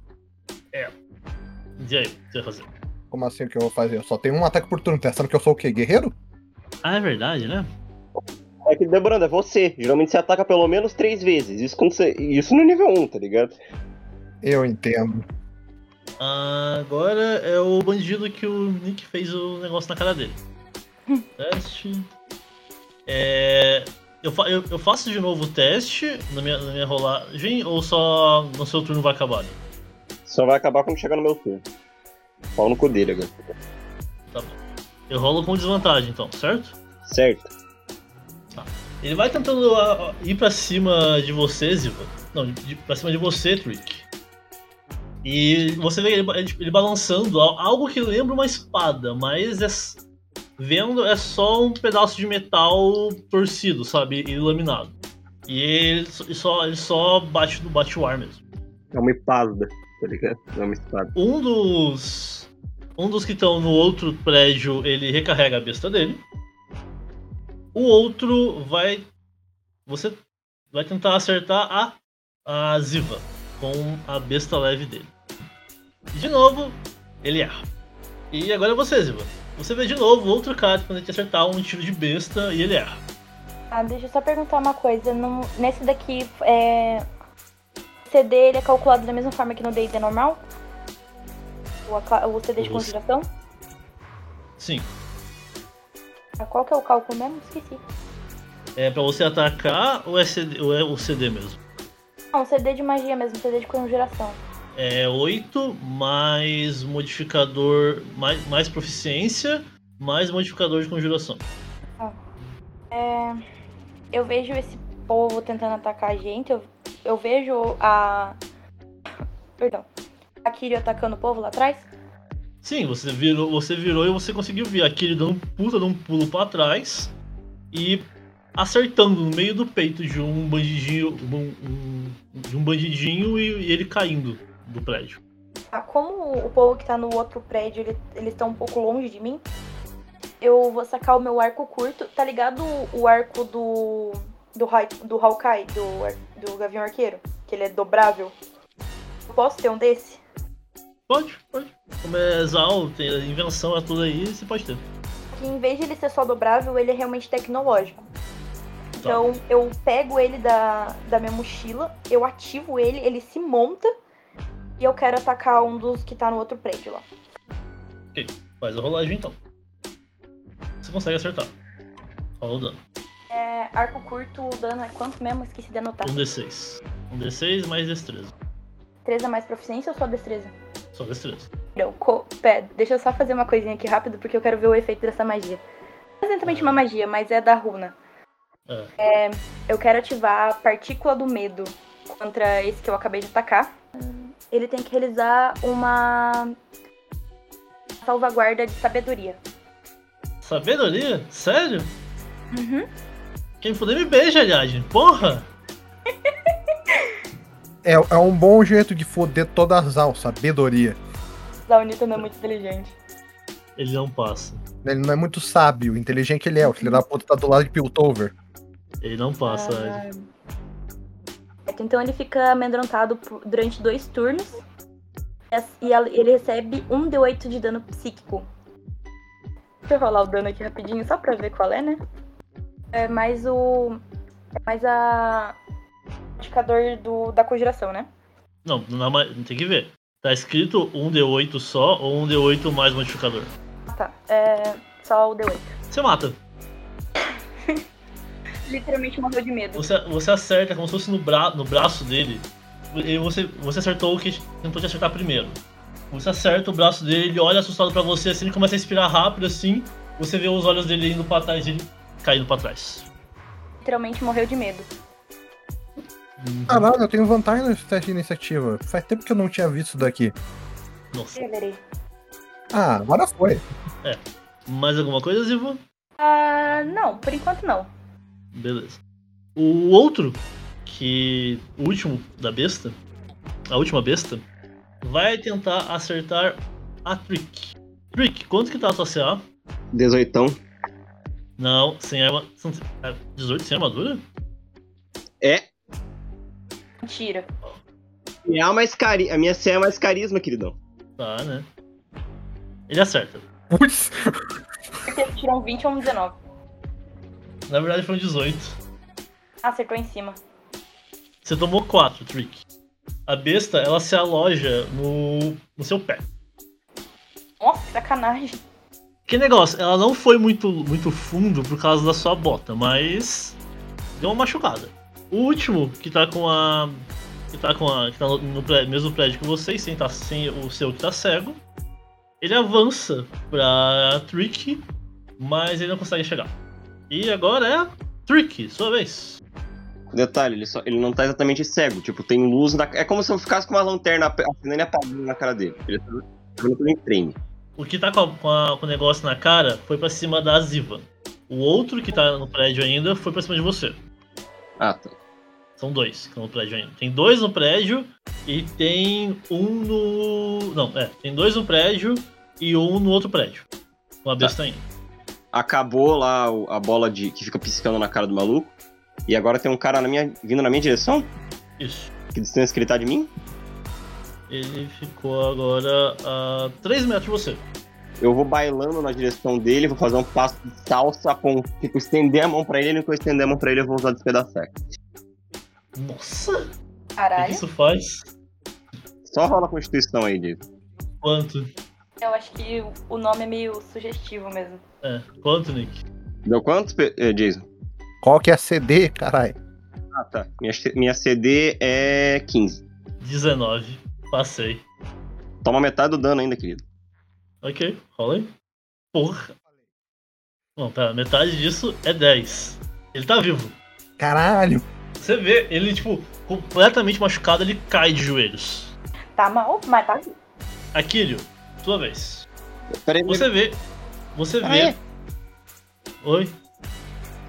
E aí, o que você vai fazer? Como assim o que eu vou fazer? Eu só tenho um ataque por turno. Tá achando que eu sou o quê? Guerreiro? Ah, é verdade, né? É que, lembrando, é você. Geralmente você ataca pelo menos três vezes. Isso, quando você... Isso no nível um, tá ligado? Eu entendo. Agora é o bandido que o Nick fez o negócio na cara dele. Teste. É. Eu, fa- eu, eu faço de novo o teste na minha, na minha rolagem ou só no seu turno vai acabar? Só vai acabar quando chegar no meu turno. Pau no cu dele agora. Tá bom. Eu rolo com desvantagem então, certo? Certo. Ele vai tentando ah, ah, ir pra cima de você, Ziva. Não, de, pra cima de você, Trick. E você vê ele, ba- ele, ele balançando al- algo que lembra uma espada, mas é, s- vendo é só um pedaço de metal torcido, sabe? E laminado. E ele, só- ele só, ele só bate, no- bate o ar mesmo. É uma espada, tá ligado? Não é uma espada. Um dos. Um dos que estão no outro prédio, ele recarrega a besta dele. O outro vai. Você vai tentar acertar a, a Ziva com a besta leve dele. De novo, ele erra. E agora é você, Ziva. Você vê de novo outro cara tentando te acertar um tiro de besta e ele erra. Ah, deixa eu só perguntar uma coisa. No- nesse daqui, é... o C D ele é calculado da mesma forma que no D e D normal? O, aca- o C D de Você- conjuração? Sim. Ah, qual que é o cálculo mesmo? Esqueci. É pra você atacar ou é, C D, ou é o C D mesmo? Não, C D de magia mesmo, C D de conjuração. É oito mais modificador. Mais, mais proficiência, mais modificador de conjuração. É, eu vejo esse povo tentando atacar a gente. Eu, eu vejo a. Perdão. A Kiryu atacando o povo lá atrás. Sim, você virou, você virou e você conseguiu ver aquele dando um puta de um pulo pra trás e acertando no meio do peito de um bandidinho, um, um- de um bandidinho e, e ele caindo do prédio. Ah, como o povo que tá no outro prédio, ele, eles estão um pouco longe de mim, eu vou sacar o meu arco curto. Tá ligado o arco do do, do Hawkeye, do, do Gavião Arqueiro? Que ele é dobrável. Eu posso ter um desse? Pode, pode. Como é Exal, tem a invenção, é tudo aí, você pode ter. Que em vez de ele ser só dobrável, ele é realmente tecnológico. Então eu pego ele da, da minha mochila, eu ativo ele, ele se monta e eu quero atacar um dos que tá no outro prédio lá. Ok, faz a rolagem então. Você consegue acertar. Rola o dano. É, arco curto, o dano é quanto mesmo? Esqueci de anotar. Um D seis. Um D seis mais destreza. Destreza mais proficiência ou só destreza? Só destreza. Não, co- pera, deixa eu só fazer uma coisinha aqui rápido porque eu quero ver o efeito dessa magia. Não é exatamente uma magia, mas é da runa. É. É, eu quero ativar a partícula do medo contra esse que eu acabei de atacar. Ele tem que realizar uma salvaguarda de sabedoria. Sabedoria? Sério? Uhum. Quem puder me beija, aliás. Porra! É, é um bom jeito de foder todas as alças, sabedoria. Zaunita não é muito inteligente. Ele não passa. Ele não é muito sábio, inteligente ele é. O filho da puta tá do lado de Piltover. Ele não passa, Ah. Ed. Então ele fica amedrontado por- durante dois turnos. E a- ele recebe um D oito de dano psíquico. Deixa eu rolar o dano aqui rapidinho, só pra ver qual é, né? É mais o... É mais a... O indicador do, da conjuração, né? Não, não, mas tem que ver. Tá escrito um D oito só ou um D oito mais modificador? Ah, tá. É só o D oito. Você mata. Literalmente morreu de medo. Você, você acerta como se fosse no, bra, no braço dele. E você, você acertou o que tentou te acertar primeiro. Você acerta o braço dele, ele olha assustado pra você, assim, ele começa a respirar rápido, assim. Você vê os olhos dele indo pra trás e ele caindo pra trás. Literalmente morreu de medo. Caralho, eu tenho vantagem nesse teste de iniciativa. Faz tempo que eu não tinha visto isso daqui. Nossa. Eu verei. Ah, agora foi. Mais alguma coisa, Zivo? Ah, não. Por enquanto não. Beleza. O outro, que... O último da besta, a última besta, vai tentar acertar a Trick. Trick, quanto que tá a sua C A? dezoitão. Não, sem arma... são- é, dezoito sem armadura? É. Mentira. É a, mais cari... a minha C é mais carisma, queridão. Tá, né? Ele acerta. Putz. Porque tirou um vinte ou um dezenove. Na verdade foi um dezoito. Ah, acertou em cima. Você tomou quatro, Trick. A besta, ela se aloja no, no seu pé. Nossa, que sacanagem. Que negócio, ela não foi muito, muito fundo por causa da sua bota, mas deu uma machucada. O último, que tá com a... Que tá, com a, que tá no, no pré- mesmo prédio que vocês, sem, tá, sem o seu que tá cego. Ele avança pra Trick, mas ele não consegue chegar. E agora é a Trick, sua vez. Detalhe, ele, só, ele não tá exatamente cego. Tipo, tem luz na... É como se eu ficasse com uma lanterna acendendo e apagando na cara dele. Ele tá jogando em treme. O que tá com, a, com, a, com o negócio na cara foi pra cima da Ziva. O outro que tá no prédio ainda foi pra cima de você. Ah, tá. São dois que estão no prédio ainda. Tem dois no prédio e tem um no... Não, é. Tem dois no prédio e um no outro prédio. Com a besta ainda. Acabou lá o- a bola de que fica piscando na cara do maluco. E agora tem um cara na minha, vindo na minha direção? Isso. Que distância que ele tá de mim? Ele ficou agora a três metros de você. Eu vou bailando na direção dele, vou fazer um passo de salsa, com, tipo, estender a mão pra ele, e no que eu estender a mão pra ele eu vou usar despedaçar. Nossa! O que Caralho. isso faz? Só rola a constituição aí, Diego. Quanto? Eu acho que o- o nome é meio sugestivo mesmo. É, quanto, Nick? Deu quanto, Pe- eh, Jason? Qual que é a C D, caralho? Ah, tá. Minha, minha C D é quinze. dezenove. Passei. Toma metade do dano ainda, querido. Ok, rola aí. Porra. Não, pera, metade disso é dez. Ele tá vivo. Caralho. Você vê, ele, tipo, completamente machucado, ele cai de joelhos. Tá mal, mas tá. Akílio, sua vez. Peraí, Você vê. Você Peraí. vê. Oi?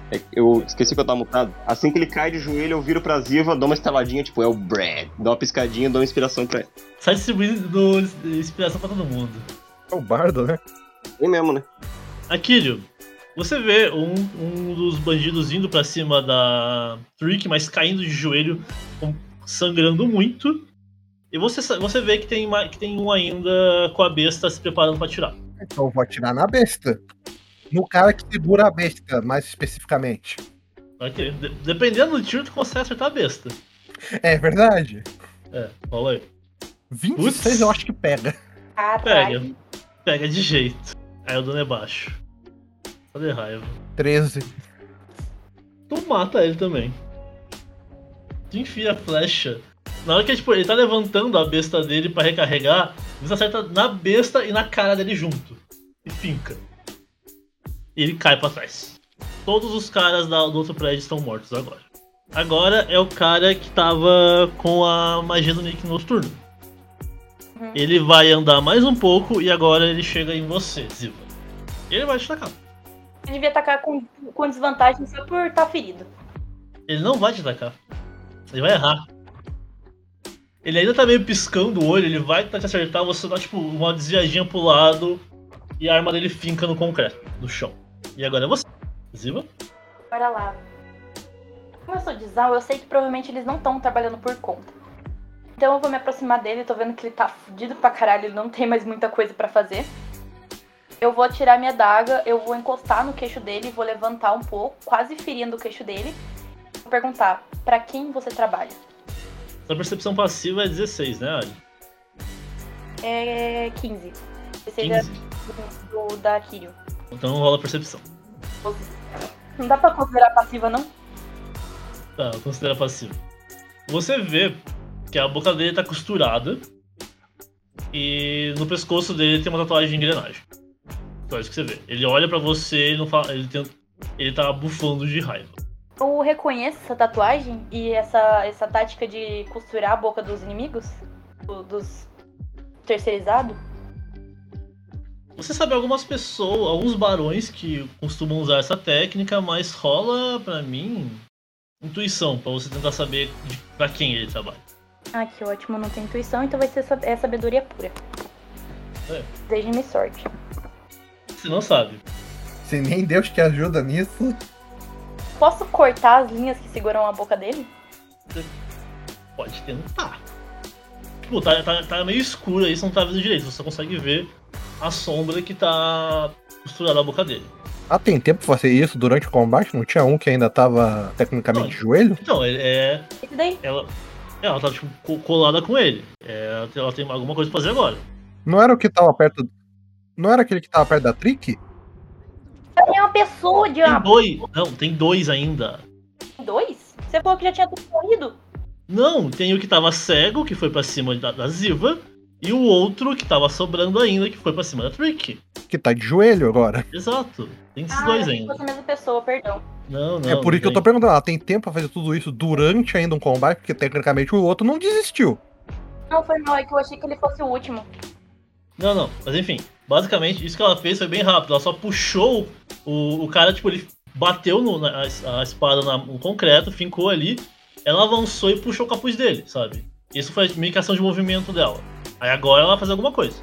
É, eu esqueci que eu tava mutado. Assim que ele cai de joelho, eu viro pra Ziva, dou uma estaladinha, tipo, é o Brad. Dou uma piscadinha, dou uma inspiração pra ele. Sai distribuindo inspiração pra todo mundo. É o bardo, né? Vem mesmo, né? Akírio, você vê um, um dos bandidos indo pra cima da Trick, mas caindo de joelho, com- sangrando muito. E você, sa- você vê que tem, ma- que tem um ainda com a besta se preparando pra atirar. Então eu vou atirar na besta. No cara que segura a besta, mais especificamente. Ok, de- Dependendo do tiro, tu consegue acertar a besta. É verdade. É, rola aí. vinte e seis Putz. eu acho que pega. Caralho. Pega. Pega de jeito. Aí o dano é baixo. Só de raiva. treze. Tu mata ele também. Tu enfia a flecha. Na hora que tipo, ele tá levantando a besta dele pra recarregar, você acerta na besta e na cara dele junto. E finca. E ele cai pra trás. Todos os caras da- do outro prédio estão mortos agora. Agora é o cara que tava com a magia do Nick Noturno. Uhum. Ele vai andar mais um pouco e agora ele chega em você, Ziva. Ele vai te atacar. Eu devia atacar com, com desvantagem só por estar ferido. Ele não vai te atacar. Ele vai errar. Ele ainda tá meio piscando o olho, ele vai tentar te acertar, você dá tipo uma desviadinha pro lado e a arma dele finca no concreto, no chão. E agora é você, Ziva. Bora lá. Como eu sou de Zal, eu sei que provavelmente eles não estão trabalhando por conta. Então eu vou me aproximar dele, tô vendo que ele tá fudido pra caralho, ele não tem mais muita coisa pra fazer. Eu vou atirar minha daga, eu vou encostar no queixo dele, vou levantar um pouco, quase ferindo o queixo dele. Vou perguntar, pra quem você trabalha? Sua percepção passiva é dezesseis, né, Ari? É quinze. Esse aí é quinze. do, do da Kiryu. Então rola a percepção. Não dá pra considerar passiva, não? Tá, considera passivo. Você vê que a boca dele tá costurada e no pescoço dele tem uma tatuagem de engrenagem. Só isso que você vê. Ele olha pra você e não fala, ele, tem, ele tá bufando de raiva. Eu reconheço essa tatuagem e essa, essa tática de costurar a boca dos inimigos? Do- dos terceirizados? Você sabe algumas pessoas, alguns barões que costumam usar essa técnica, mas rola pra mim intuição, pra você tentar saber de, pra quem ele trabalha. Ah, que ótimo, não tem intuição, então vai ser sab- é sabedoria pura. É. Desejem-me sorte. Você não sabe. Se nem Deus te ajuda nisso. Posso cortar as linhas que seguram a boca dele? Pode tentar. Tipo, tá, tá, tá meio escuro aí, você não tá vendo direito, você só consegue ver a sombra que tá costurada na boca dele. Ah, tem tempo pra fazer isso durante o combate? Não tinha um que ainda tava tecnicamente Não. de joelho? Então, ele é. Esse daí? Ela. Ela tá tipo co- colada com ele. É, ela tem- ela tem alguma coisa pra fazer agora. Não era o que tava perto. Não era aquele que tava perto da Trick? É uma pessoa, Tem diabo! dois. Não, tem dois ainda. Dois? Você falou que já tinha tudo corrido. Não, tem o que tava cego, que foi pra cima da, da Ziva, e o outro que tava sobrando ainda, que foi pra cima da Trick. Que tá de joelho agora. Exato. Tem esses Ah, dois achei que ainda. fosse a mesma pessoa, perdão. Não, não. é por isso que eu tô tem. perguntando, ela tem tempo pra fazer tudo isso durante ainda um combate, porque tecnicamente o outro não desistiu. Não, foi mal, é que eu achei que ele fosse o último. Não, não. Mas enfim, basicamente, isso que ela fez foi bem rápido. Ela só puxou o, o cara, tipo, ele bateu no, na, a espada na- no concreto, fincou ali. Ela avançou e puxou o capuz dele, sabe? Isso foi meio que ação de movimento dela. Aí agora ela vai fazer alguma coisa.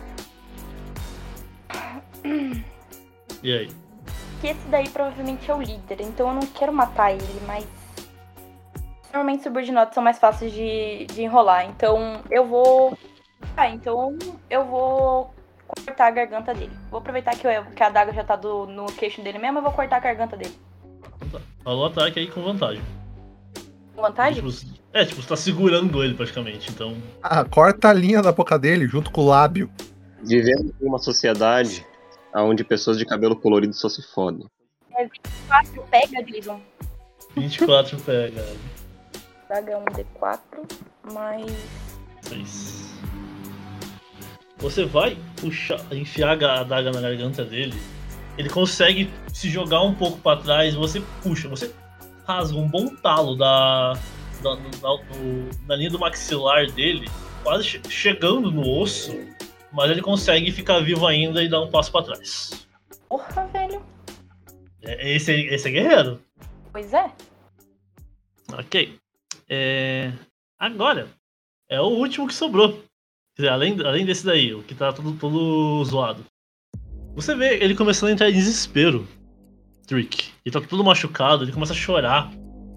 E aí? Que esse daí provavelmente é o líder, então eu não quero matar ele, mas. Normalmente subordinados são mais fáceis de, de enrolar, então eu vou. Ah, então eu vou cortar a garganta dele. Vou aproveitar que, eu, que a adaga já tá do, no queixo dele mesmo, eu vou cortar a garganta dele. Então tá. Falou ataque aí com vantagem. Com vantagem? Tipo, é, tipo, você tá segurando ele praticamente, então. Ah, corta a linha da boca dele junto com o lábio. Vivendo em uma sociedade onde pessoas de cabelo colorido só se fodem. É vinte e quatro, pega, Gleison. vinte e quatro pega. Adaga um D quatro, mais. seis. Você vai puxar, enfiar a adaga na garganta dele. Ele consegue se jogar um pouco pra trás. Você puxa, você rasga um bom talo da, da, da, do- da linha do maxilar dele, quase che- chegando no osso. Mas ele consegue ficar vivo ainda e dar um passo pra trás. Porra, velho. É- Esse, esse é guerreiro. Pois é. Ok. É... Agora, é o último que sobrou. Quer dizer, além, além desse daí, o que tá todo, todo zoado. Você vê ele começando a entrar em desespero. Trick. Ele tá todo machucado, ele começa a chorar.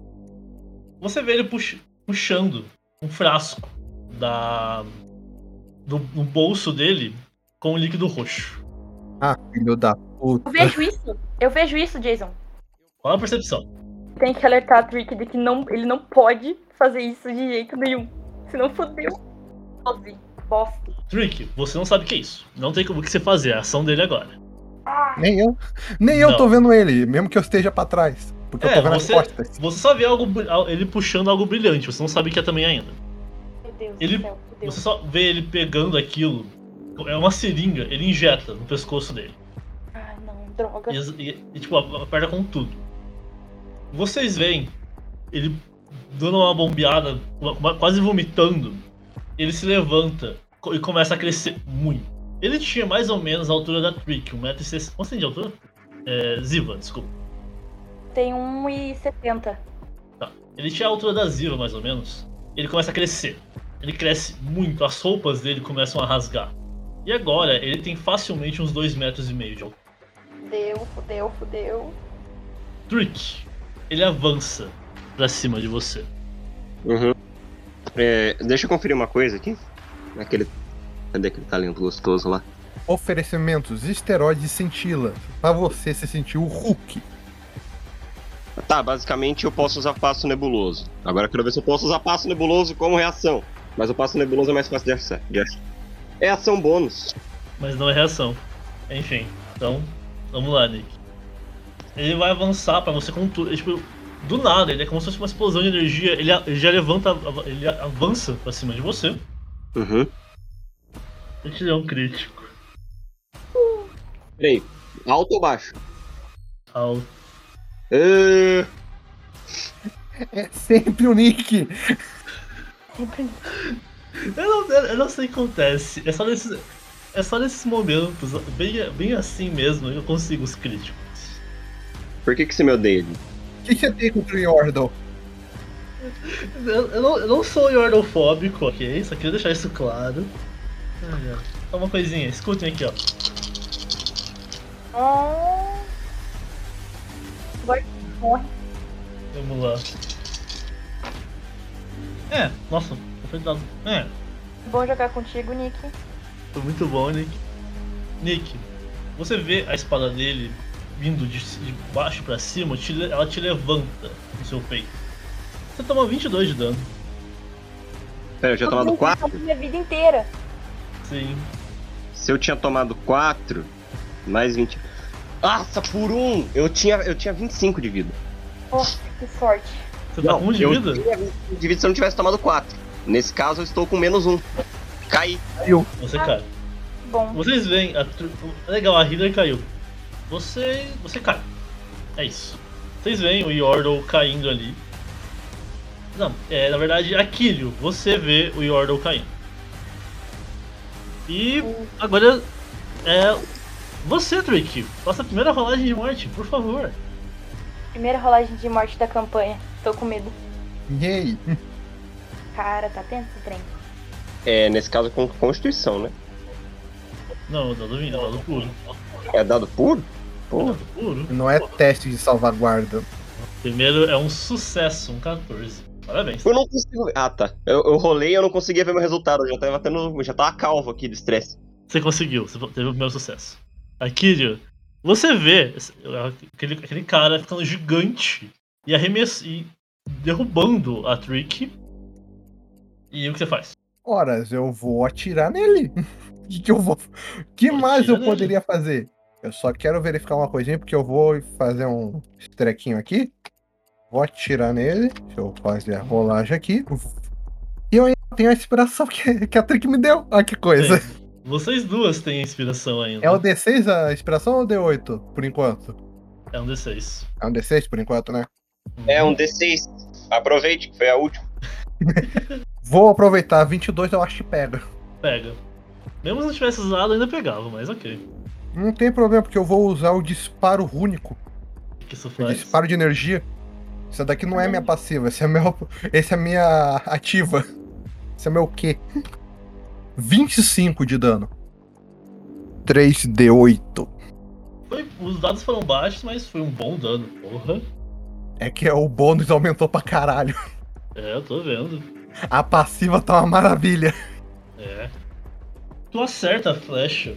Você vê ele pux, puxando um frasco da, do, do bolso dele com um líquido roxo. Ah, filho da puta. Eu vejo isso. Eu vejo isso, Jason. Qual a percepção? Tem que alertar a Trick de que não, ele não pode fazer isso de jeito nenhum. Senão fodeu. doze. Bosta. Trick, você não sabe o que é isso. Não tem como o que você fazer, é a ação dele agora. Nem eu. Nem eu Não. tô vendo ele, mesmo que eu esteja pra trás. Porque eu É, tô vendo você, as costas. você só vê algo, ele puxando algo brilhante, você não sabe o que é também ainda. Meu Deus Ele, do céu, fodeu. você só vê ele pegando aquilo, é uma seringa, ele injeta no pescoço dele. Ah, não, droga. E, e, e tipo, aperta com tudo. Vocês veem ele dando uma bombeada, quase vomitando. Ele se levanta e começa a crescer muito. Ele tinha mais ou menos a altura da Trick, um metro e sessenta. Quanto tem de altura? É, Ziva, desculpa. Tem um e setenta. Tá. Ele tinha a altura da Ziva, mais ou menos. Ele começa a crescer. Ele cresce muito, as roupas dele começam a rasgar. E agora ele tem facilmente uns dois metros e meio de altura. Fudeu, fudeu, fudeu. Trick, ele avança pra cima de você. Uhum. É, deixa eu conferir uma coisa aqui. Aquele. Cadê aquele talento gostoso lá? Oferecimentos, esteroides e cintila. Pra você se sentir o Hulk. Tá, basicamente eu posso usar passo nebuloso. Agora eu quero ver se eu posso usar passo nebuloso como reação. Mas o passo nebuloso é mais fácil de achar. De achar. É ação bônus. Mas não é reação. Enfim, então, vamos lá, Nick. Ele vai avançar pra você com tudo. Tipo, do nada, ele é como se fosse uma explosão de energia. Ele, ele já levanta, ele avança pra cima de você. Uhum. Ele te deu um crítico. Peraí, alto ou baixo? Alto. Uh... É sempre o Nick. Sempre. Eu não, eu não sei o que acontece. É só nesses, é só nesses momentos, bem, bem assim mesmo, eu consigo os críticos. Por que, que você me odeia? O que você tem contra o Yordle? Eu, eu, não, eu não sou yordofóbico, ok? Só queria deixar isso claro. Ai, ai. Só uma coisinha, escutem aqui, ó. Oh. Vai, morre. Vamos lá. É, nossa, foi dado. É, Bom jogar contigo, Nick. foi muito bom, Nick. Nick, você vê a espada dele vindo de, de baixo pra cima, te, ela te levanta no seu peito. Você toma vinte e dois de dano. Pera, eu tinha tomado Eu quatro? minha vida inteira. Sim. Se eu tinha tomado quatro, mais vinte. Nossa, por um! Eu tinha, eu tinha vinte e cinco de vida. Nossa, que sorte. Você tá Não, com um de eu vida? tinha vinte e cinco de vida se eu não tivesse tomado quatro. Nesse caso, eu estou com menos um. Caí. Você cai. Bom, Vocês veem, a, tru- legal, a healer caiu. Você, você cai. É isso. Vocês veem o Yordle caindo ali. Não, é, na verdade, Aquilio, você vê o Yordle caindo. E agora é você, Trick. Faça a primeira rolagem de morte, por favor. primeira rolagem de morte da campanha. Tô com medo. Yay. Cara, tá tenso esse trem. É, nesse caso, com Constituição, né? Não, dado vindo, dado puro. É dado puro? Pô, Dado puro. Não é teste de salvaguarda. Primeiro é um sucesso, um quatorze. Parabéns. eu não consigo. Ah, tá. Eu, eu rolei e eu não conseguia ver meu resultado. Eu já tava tendo. Já tava calvo aqui de estresse. Você conseguiu, você teve o primeiro sucesso. Aquilio, você vê esse- aquele, aquele cara ficando gigante e arremess... e derrubando a Trick. E o que você faz? Horas, eu vou atirar nele. O que, que eu vou. O que mais Atira eu nele. poderia fazer? Eu só quero verificar uma coisinha, porque eu vou fazer um trequinho aqui. Vou atirar nele. Deixa eu fazer a rolagem aqui. E eu ainda tenho a inspiração que, que a Trick me deu. Olha que coisa. Sim. Vocês duas têm inspiração ainda. É o D seis a inspiração ou o D oito, por enquanto? É um D seis. É um D seis por enquanto, né? É um D seis. Aproveite, que foi a última. Vou aproveitar. vinte e dois eu acho que pega. Pega. Mesmo se não tivesse usado, ainda pegava, mas ok. Não tem problema, porque eu vou usar o disparo único. O que isso O faz? disparo de energia. Essa daqui não é minha passiva, esse é meu. Esse é minha ativa. Esse é meu quê? vinte e cinco de dano. três D oito. Foi, os dados foram baixos, mas foi um bom dano, porra. É que o bônus aumentou pra caralho. É, eu tô vendo. A passiva tá uma maravilha. É. Tu acerta a flecha.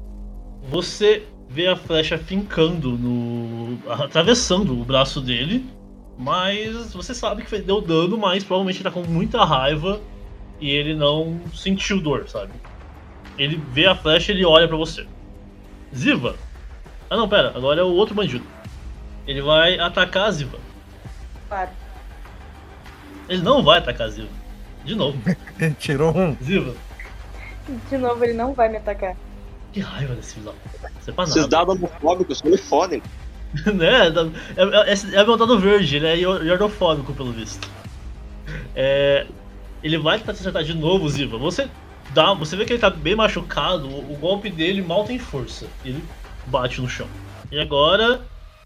Você vê a flecha fincando no. atravessando o braço dele. Mas você sabe que deu dano, mas provavelmente ele tá com muita raiva e ele não sentiu dor, sabe? Ele vê a flecha e ele olha pra você. Ziva! Ah não, pera, agora é o outro bandido. Ele vai atacar a Ziva. Claro. Ele não vai atacar a Ziva. De novo. Ele tirou um. Ziva. De novo, ele não vai me atacar. Que raiva desse filho. Você é pra Esses nada. dados homofóbicos só me fodem. né? É, é, é meu dado verde, ele é iordofóbico pelo visto. É, ele vai tentar te acertar de novo, Ziva. Você dá, você vê que ele tá bem machucado, o, o golpe dele mal tem força. Ele bate no chão. E agora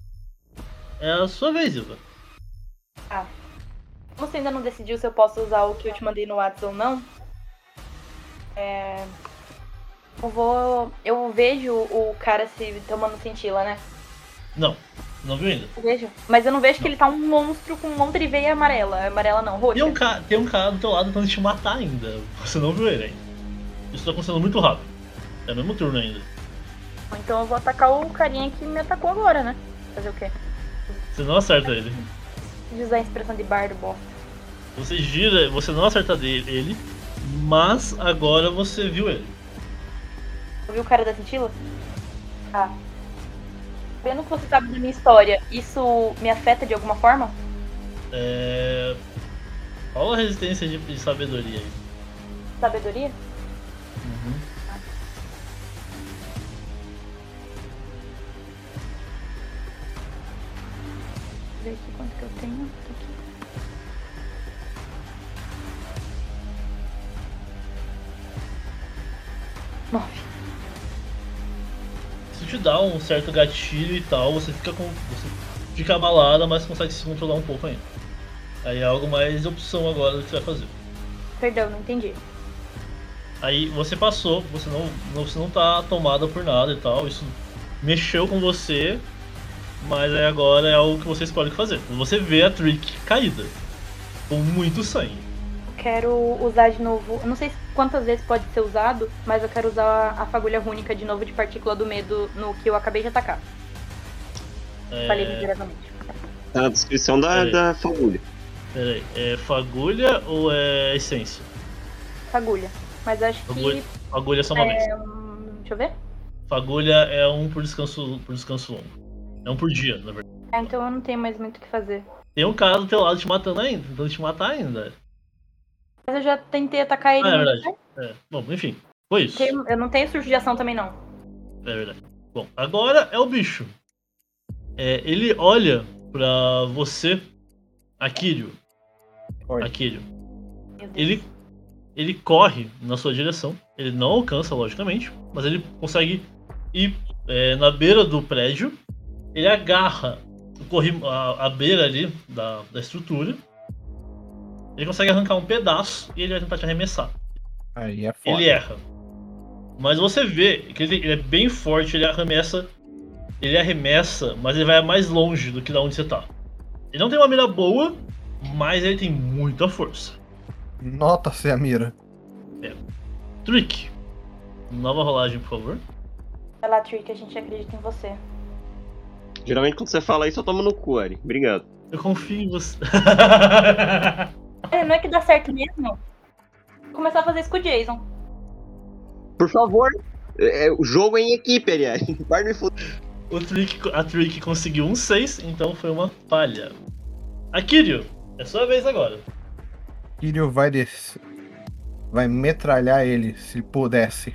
é a sua vez, Ziva. Ah. Como você ainda não decidiu se eu posso usar o que eu te mandei no WhatsApp ou não, é... eu vou. Eu vejo o cara se tomando cintila, né? Não, não viu ainda. Eu vejo. Mas eu não vejo que ele tá um monstro com um monte de veia amarela. Amarela não, roxa. Tem um, ca tem um cara do teu lado tentando te matar ainda. Você não viu ele ainda. Isso tá acontecendo muito rápido. É o mesmo turno ainda. Então eu vou atacar o carinha que me atacou agora, né? Fazer o quê? Você não acerta ele. De usar a expressão de bardo, bosta. Você gira, você não acerta dele, ele, mas agora você viu ele. Eu vi o cara da cintila? Ah. Vendo que você sabe da minha história, isso me afeta de alguma forma? É... Qual a resistência de, de sabedoria aí? Sabedoria? Uhum. Deixa eu ver aqui quanto que eu tenho. Tá aqui. Nove. Isso te dá um certo gatilho e tal, você fica com. Você fica abalada, mas consegue se controlar um pouco ainda. Aí é algo mais opção agora do que você vai fazer. Perdão, não entendi. Aí você passou, você não, não, você não tá tomada por nada e tal, isso mexeu com você, mas aí agora é algo que você escolhe o que fazer. Você vê a Trick caída, com muito sangue. Eu quero usar de novo. Eu não sei quantas vezes pode ser usado, mas eu quero usar a fagulha rúnica de novo de partícula do medo no que eu acabei de atacar. É... Falei miserosamente. Tá na descrição da, Peraí. da fagulha. Peraí, é fagulha ou é essência? Fagulha. Mas acho Fagulha, que. fagulha é só uma vez. É, hum, deixa eu ver. Fagulha é um por descanso, por descanso longo. É um por dia, na verdade. Ah, então eu não tenho mais muito o que fazer. Tem um cara do teu lado te matando ainda, tentando te matar ainda. Mas eu já tentei atacar ele. Ah, é não verdade. foi? É. Bom, enfim, foi isso. Tenho- Eu não tenho surto de ação também, não. É verdade. Bom, agora é o bicho. É, ele olha pra você, Akiryu. Oi. Akiryu. Meu Deus. Ele, ele corre na sua direção. Ele não alcança, logicamente, mas ele consegue ir é, na beira do prédio. Ele agarra o corri- a, a beira ali da, da estrutura. Ele consegue arrancar um pedaço e ele vai tentar te arremessar. Aí é foda. Ele erra. Mas você vê que ele, ele é bem forte, ele arremessa. Ele arremessa, mas ele vai mais longe do que da onde você tá. Ele não tem uma mira boa, mas ele tem muita força. Nota-se a mira. Trick. Nova rolagem, por favor. Vai lá, Trick, a gente acredita em você. Geralmente quando você fala isso, eu tomo no cu, Ari. Obrigado. Eu confio em você. É, não é que dá certo mesmo? Vou começar a fazer isso com o Jason. Por favor. É, é, o jogo é em equipe, aliás. Para de me fuder. O Trick, a Trick conseguiu um seis, então foi uma falha. Akiryu, é sua vez agora. Kiryu vai descer. Vai metralhar ele, se pudesse.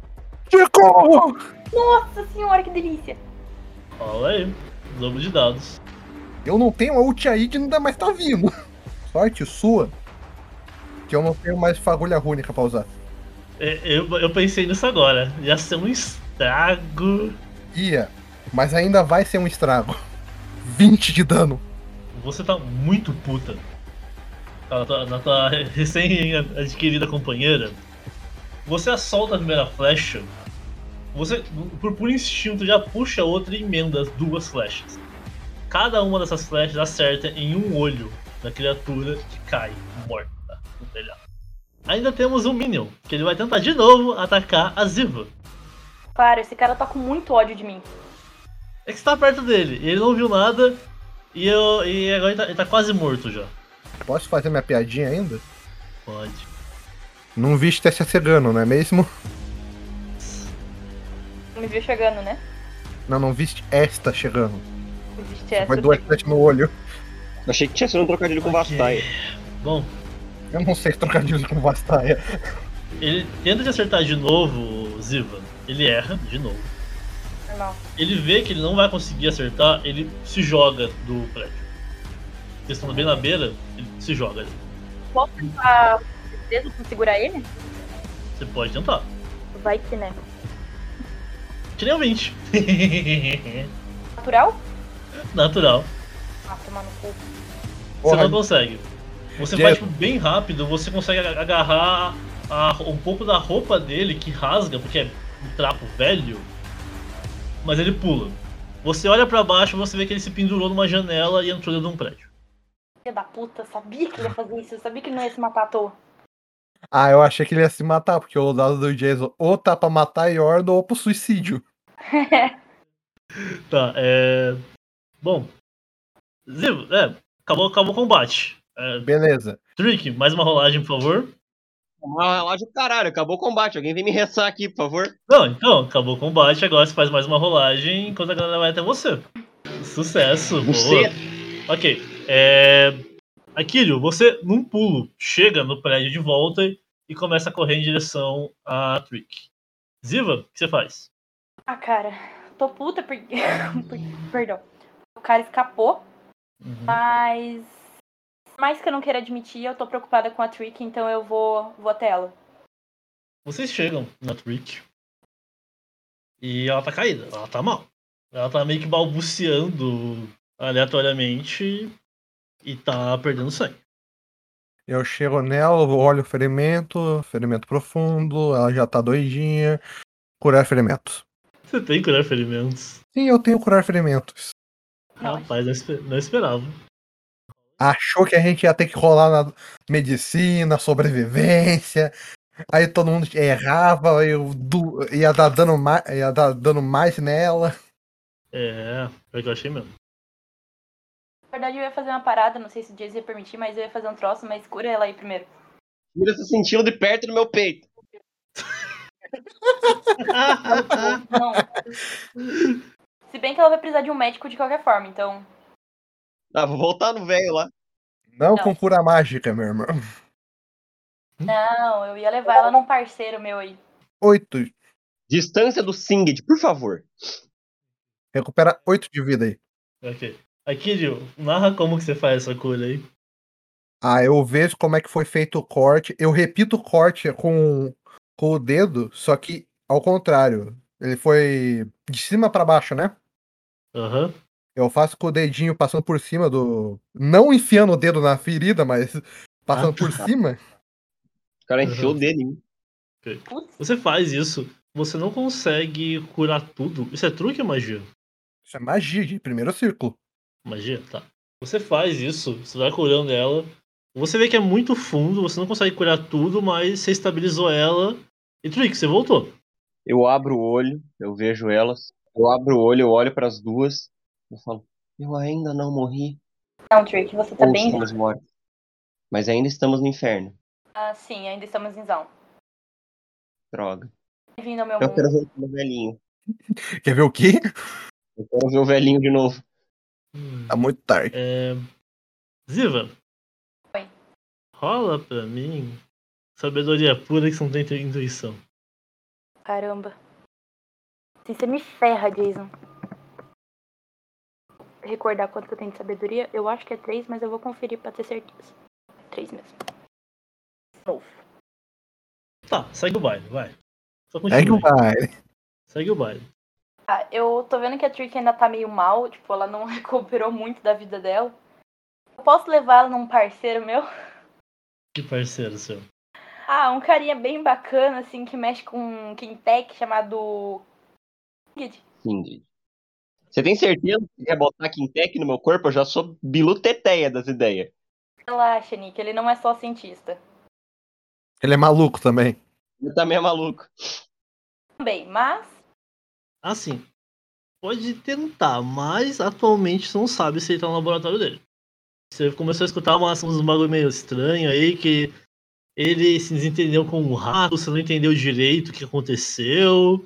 Chico! Nossa senhora, que delícia! Fala aí. Dobro de dados. Eu não tenho a ult aí que ainda mais tá vindo. Sorte sua. Que eu não tenho mais fagulha rúnica pra usar. É, Eu, eu pensei nisso agora. Ia ser um estrago. Ia. Mas ainda vai ser um estrago. vinte de dano. você tá muito puta na tua, na tua recém-adquirida companheira. Você assolta a primeira flecha, você, por puro instinto, já puxa a outra e emenda as duas flechas. Cada uma dessas flechas acerta em um olho da criatura que cai morta no telhado. Ainda temos um Minion, que ele vai tentar de novo atacar a Ziva. Claro, esse cara tá com muito ódio de mim. É que você tá perto dele, e ele não viu nada, e, eu, e agora ele tá, ele tá quase morto já. Posso fazer minha piadinha ainda? Pode. Não viste essa chegando, não é mesmo? Não me viu chegando, né? Não, não viste esta chegando. Existe essa. Foi duas flechas no olho. Eu achei que tinha sido um trocadilho com Ok. Vastaia. Bom, Eu não sei trocadilho com Vastaia. ele tenta te acertar de novo, Ziva. Ele erra de novo. Normal. Ele vê que ele não vai conseguir acertar, ele se joga do prédio. Vocês estão bem na beira, ele se joga ali. Posso tentar o dedo pra segurar ele? Você pode tentar. Vai que, né? Tirei um vinte. Natural? Natural. Ah, tomar no cu. Você Porra, não consegue. Você Diego. vai tipo, bem rápido, você consegue agarrar a- um pouco da roupa dele que rasga, porque é um trapo velho, mas ele pula. Você olha pra baixo e você vê que ele se pendurou numa janela e entrou dentro de um prédio. Filha da puta, sabia que ele ia fazer isso. Eu sabia que ele não ia se matar à toa. Ah, eu achei que ele ia se matar, porque o dado do Jason ou tá pra matar Yordo ou pro suicídio. Tá, é. Bom. Zivo, é. Acabou, acabou o combate. É, Beleza. Trick, mais uma rolagem, por favor. Ah, relógio do caralho, acabou o combate. Alguém vem me restar aqui, por favor. Não, então, acabou o combate, agora você faz mais uma rolagem enquanto a galera vai até você. Sucesso, boa. Buceta. Ok, é... Akírio, você, num pulo, chega no prédio de volta e começa a correr em direção a Trick. Ziva, o que você faz? Ah, cara, tô puta porque... por- Perdão. O cara escapou, Uhum. mas... Mais que eu não queira admitir, eu tô preocupada com a Trick, então eu vou, vou até ela. Vocês chegam na Trick e ela tá caída, ela tá mal. Ela tá meio que balbuciando aleatoriamente e tá perdendo sangue. Eu chego nela, olho o ferimento, ferimento profundo, ela já tá doidinha. Curar ferimentos. Você tem curar ferimentos? Sim, eu tenho curar ferimentos. Não, Rapaz, não, esper- não esperava. Achou que a gente ia ter que rolar na medicina, sobrevivência. Aí todo mundo errava, eu du- ia dar dano mais, ia dar dano mais nela. É, foi o que eu achei mesmo. Na verdade, eu ia fazer uma parada, não sei se o Jason ia permitir, mas eu ia fazer um troço, mas cura ela aí primeiro. Tira esse sentindo de perto do meu peito. Não. Se bem que ela vai precisar de um médico de qualquer forma, então... Ah, vou voltar no velho lá. Não, Não. com cura mágica, meu irmão. Não, eu ia levar ela num parceiro meu aí. Oito. Distância do Singed, por favor. Recupera oito de vida aí. Ok. Akírio, narra como que você faz essa cura aí. Ah, eu vejo como é que foi feito o corte. Eu repito o corte com, com o dedo, só que ao contrário. Ele foi de cima pra baixo, né? Aham. Eu faço com o dedinho passando por cima do. Não enfiando o dedo na ferida, mas passando Ah, por cima. O cara Uhum. enfiou o dedo em mim. Putz, Você faz isso, você não consegue curar tudo. Isso é truque ou magia? Isso é magia de primeiro círculo. Magia? Tá. Você faz isso, você vai curando ela. Você vê que é muito fundo, você não consegue curar tudo, mas você estabilizou ela. E Trick, você voltou. Eu abro o olho, eu vejo elas. Eu abro o olho, eu olho pras duas. Eu falo, eu ainda não morri. não, Trick, você tá Ou bem... estamos mortos. Mas ainda estamos no inferno. Ah, sim, ainda estamos em Zão. Droga. Bem-vindo ao meu Eu quero mundo. ver o velhinho. Quer ver o quê? Eu quero ver o velhinho de novo. Tá muito tarde. É... Ziva. Oi. Rola pra mim. Sabedoria pura que você não tem intuição. Caramba. Assim, você me ferra, Jason. Recordar quanto que eu tenho de sabedoria? Eu acho que é três, mas eu vou conferir pra ter certeza. Três mesmo. Novo. Tá, segue o baile, vai. Só Segue continua. o baile. Segue o baile. Ah, eu tô vendo que a Trick ainda tá meio mal. Tipo, ela não recuperou muito da vida dela. Eu posso levá-lo num parceiro meu? Que parceiro seu. Ah, um carinha bem bacana, assim, que mexe com Quintec, chamado... Ingrid. Ingrid. Você tem certeza que quer botar Quintec no meu corpo? Eu já sou biluteteia das ideias. Relaxa, Nick, ele não é só cientista. Ele é maluco também. Ele também é maluco. Também, mas... Assim, pode tentar, mas atualmente você não sabe se ele tá no laboratório dele. Você começou a escutar umas, uns bagulho meio estranho aí, que ele se desentendeu com um rato, você não entendeu direito o que aconteceu.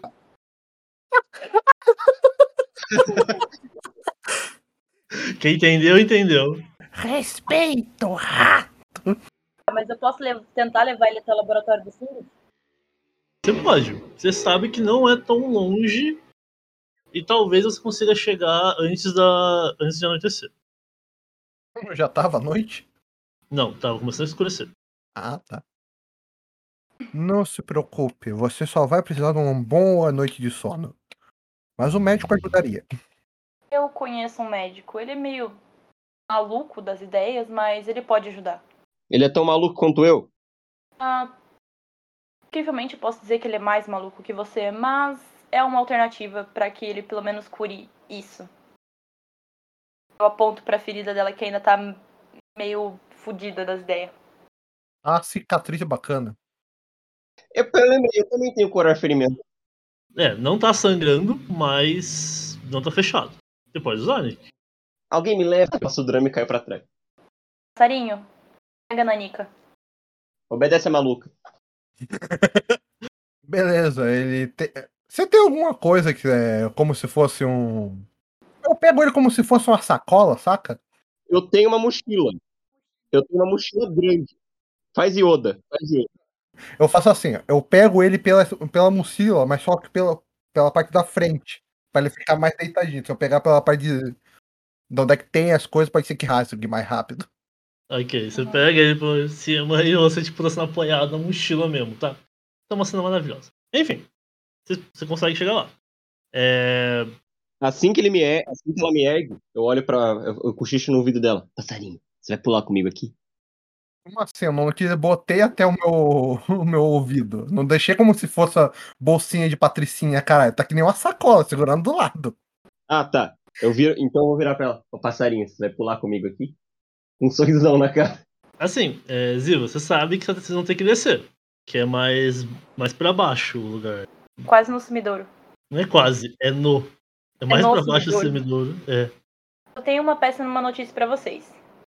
Quem entendeu, entendeu. Respeito, rato! Mas eu posso lev- tentar levar ele até o laboratório do Sirius? Você pode. Você sabe que não é tão longe e talvez você consiga chegar antes da antes de anoitecer. Já tava à noite? Não, tava começando a escurecer. Ah, tá. Não se preocupe, você só vai precisar de uma boa noite de sono. Mas o médico ajudaria. Eu conheço um médico, ele é meio maluco das ideias, mas ele pode ajudar. Ele é tão maluco quanto eu? Ah, incrivelmente posso dizer que ele é mais maluco que você, mas é uma alternativa pra que ele pelo menos cure isso. Eu aponto pra ferida dela que ainda tá meio fodida das ideias. Ah, cicatriz é bacana. Eu, eu lembrei, eu também tenho curar ferimento. É, não tá sangrando, mas não tá fechado. Você pode usar, Nick. Alguém me leva, passa o drama e caiu pra trás. Passarinho, pega a Nanica. Obedece a maluca. Beleza, ele te... Você tem alguma coisa que é como se fosse um. Eu pego ele como se fosse uma sacola, saca? Eu tenho uma mochila. Eu tenho uma mochila grande. Faz Yoda. Faz Yoda. Eu faço assim, eu pego ele pela, pela mochila, mas só que pela, pela parte da frente. Pra ele ficar mais deitadinho. Se eu pegar pela parte de, de onde é que tem as coisas, pode ser que rasgue mais rápido. Ok, você pega ele por cima e você, tipo, tá sendo apoiado na mochila mesmo, tá? Tá uma cena maravilhosa. Enfim, você, você consegue chegar lá. É... Assim que ele me er... assim que ela me ergue, eu olho pra. Eu, eu cochicho no ouvido dela. Passarinho, você vai pular comigo aqui? Como assim? Eu não quis, botei até o meu, o meu ouvido. Não deixei como se fosse a bolsinha de patricinha, caralho. Tá que nem uma sacola, segurando do lado. Ah, tá. Eu viro, então eu vou virar pra ela. Ô, passarinho, você vai pular comigo aqui? Um sorrisão na cara. Assim, é, Ziva, você sabe que vocês vão ter que descer. Que é mais, mais pra baixo o lugar. Quase no sumidouro. Não é quase, é no. É mais no pra baixo do sumidouro. semidouro. É. Eu tenho uma peça numa notícia pra vocês.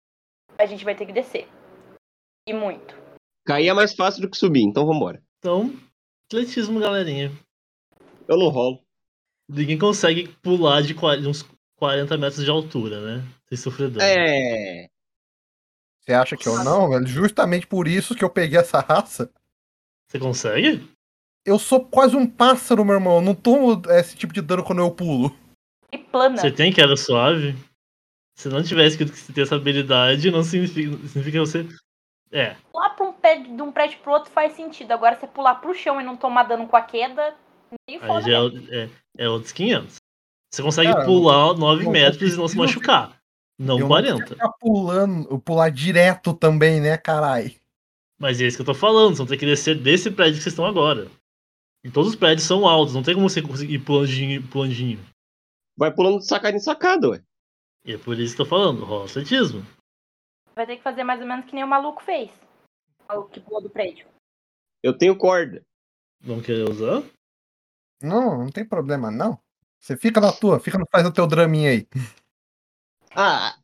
A gente vai ter que descer. E muito. Cair é mais fácil do que subir, então vambora. Então, atletismo, galerinha. Eu não rolo. Ninguém consegue pular de uns quarenta metros de altura, né? Sem sofrer dano. É. Você acha que eu não, velho? Justamente por isso que eu peguei essa raça. Você consegue? Eu sou quase um pássaro, meu irmão. Eu não tomo esse tipo de dano quando eu pulo. E plana. Você tem queda suave? Se não tivesse escrito que você tem essa habilidade, não significa, significa que você. É. Pular pra um pé, de um prédio pro outro faz sentido. Agora, você pular pro chão e não tomar dano com a queda, meio Aí foda. já mesmo. é, é, é outros quinhentos. Você consegue Cara, pular nove não metros e não se preciso machucar. Não eu quarenta. não preciso ficar pulando, pular direto também, né, carai? Mas é isso que eu tô falando. Vocês vão ter que descer desse prédio que vocês estão agora. E todos os prédios são altos. Não tem como você conseguir ir pulandinho, pulandinho. Vai pulando de sacada em sacada, ué. E é por isso que eu tô falando. Rola atletismo. Vai ter que fazer mais ou menos que nem o maluco fez. O maluco que pulou do prédio. Eu tenho corda. Vão querer usar? Não, não tem problema, não. Você fica na tua, fica no faz o teu draminha aí. Ah,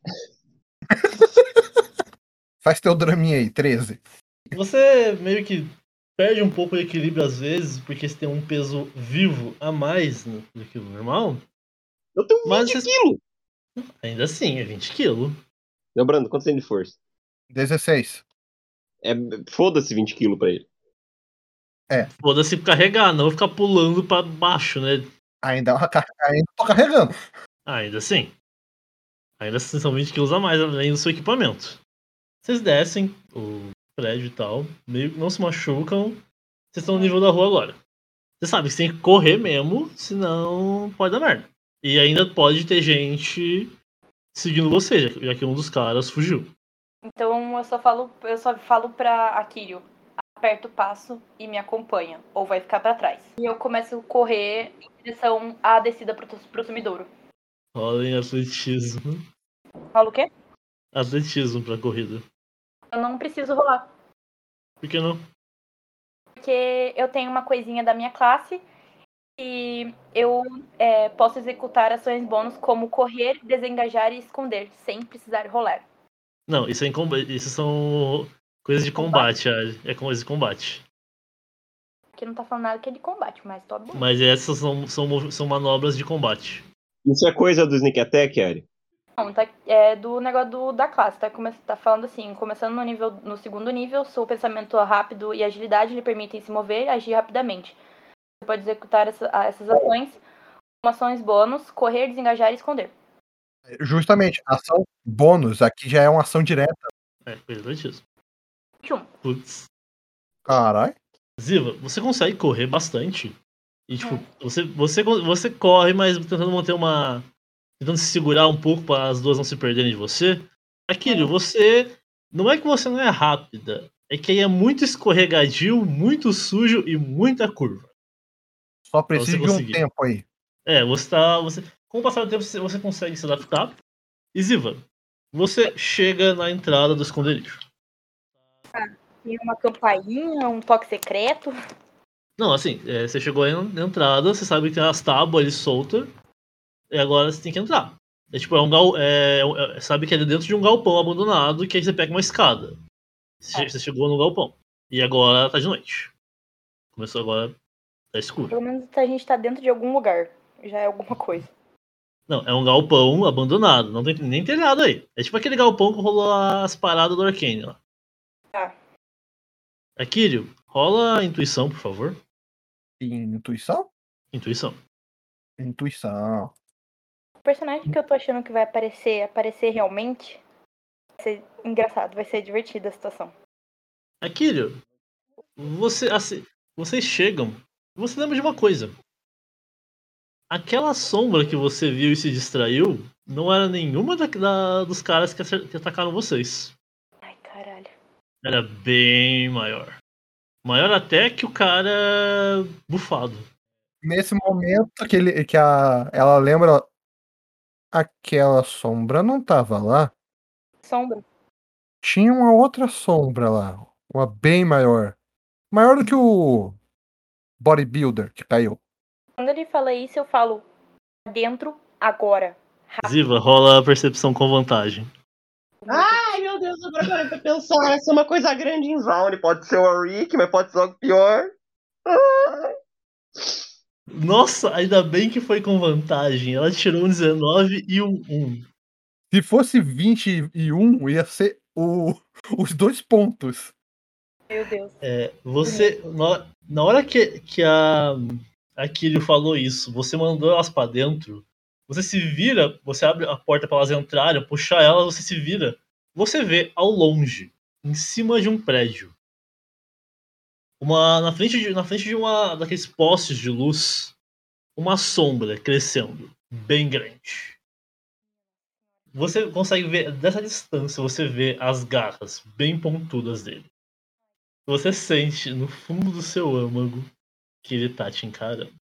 Faz teu draminha aí, treze. Você meio que perde um pouco o equilíbrio às vezes, porque você tem um peso vivo a mais do que o normal. eu tenho Mas vinte vocês- quilos. Ainda assim, é vinte quilos. Lembrando, quanto tem de força? dezesseis. É, foda-se vinte quilos pra ele. Foda-se carregar, não ficar pulando pra baixo, né? Ainda, é uma car- ainda tô carregando. Ainda assim. Ainda assim são vinte quilos a mais além do seu equipamento. Vocês descem o prédio e tal, meio que não se machucam. Vocês estão no nível da rua agora. Você sabe que você tem que correr mesmo, senão pode dar merda. E ainda pode ter gente seguindo você, já, já que um dos caras fugiu. Então eu só falo, eu só falo pra Akírio, aperta o passo e me acompanha, ou vai ficar pra trás. E eu começo a correr em direção à descida pro, pro sumidouro. Rola em atletismo. Fala o quê? Atletismo pra corrida. Eu não preciso rolar, Por que não? porque eu tenho uma coisinha da minha classe e eu é, posso executar ações bônus como correr, desengajar e esconder, sem precisar rolar. Não, isso, é em comba- isso são coisas de combate, Ari. É coisa de combate. Aqui não tá falando nada que é de combate, mas tô bom. Mas essas são, são, mov- são manobras de combate. Isso é coisa do Sneak Attack, Ari? Não, tá, é do negócio do, da classe, tá, come, tá falando assim, começando no nível, no segundo nível, seu pensamento rápido e agilidade lhe permitem se mover e agir rapidamente. Você pode executar essa, essas ações como ações bônus, correr, desengajar e esconder. Justamente, ação bônus aqui já é uma ação direta. É, coisa do atletismo. vinte e um. Putz. Caralho. Ziva, você consegue correr bastante. E, tipo, Uhum. você, você, você corre, mas tentando manter uma. Tentando se segurar um pouco para as duas não se perderem de você. Akírio, Uhum. você. Não é que você não é rápida. É que aí é muito escorregadio, muito sujo e muita curva. Só Pra você preciso de um conseguir. tempo aí. É, você tá. Você, com o passar do tempo, você, você consegue se adaptar. E Ziva, você chega na entrada do esconderijo. Tem uma campainha, um toque secreto. Não, assim, é, você chegou aí na entrada, você sabe que tem as tábuas ali soltas, e agora você tem que entrar. É tipo, é um gal, é, é, sabe que é dentro de um galpão abandonado, que aí você pega uma escada. Você, É. você chegou no galpão. E agora tá de noite. Começou agora, tá escuro. Pelo menos a gente tá dentro de algum lugar. Já é alguma coisa. Não, é um galpão abandonado, não tem nem telhado aí. É tipo aquele galpão que rolou as paradas do Arcane lá. Tá. Akírio, rola a intuição, por favor. Intuição? Intuição. Intuição. O personagem que eu tô achando que vai aparecer, aparecer realmente, vai ser engraçado, vai ser divertida a situação. Akírio, você, assim, vocês chegam. Você lembra de uma coisa. Aquela sombra que você viu e se distraiu não era nenhuma da, da- dos caras que, acer- que atacaram vocês. Ai, caralho. Era bem maior. Maior até que o cara bufado. Nesse momento que, ele, que a, ela lembra aquela sombra não tava lá. Sombra. Tinha uma outra sombra lá. Uma bem maior. Maior do que o bodybuilder que caiu. Quando ele fala isso, eu falo dentro, agora. Ziva, rola a percepção com vantagem. Ai, meu Deus, agora parei pra pensar. Essa é uma coisa grande em Zaun. Pode ser o Rick, mas pode ser algo pior. Ai. Nossa, ainda bem que foi com vantagem. Ela tirou um dezenove e um um. Se fosse vinte e um, ia ser o, os dois pontos. Meu Deus. É, você, na, na hora que, que a, a Kiryu falou isso, você mandou elas pra dentro, você se vira, você abre a porta pra elas entrarem, puxar elas, você se vira, você vê ao longe, em cima de um prédio, uma, na frente de, na frente de uma daqueles postes de luz, uma sombra crescendo, bem grande. Você consegue ver, dessa distância, você vê as garras bem pontudas dele. Você sente no fundo do seu âmago que ele tá te encarando.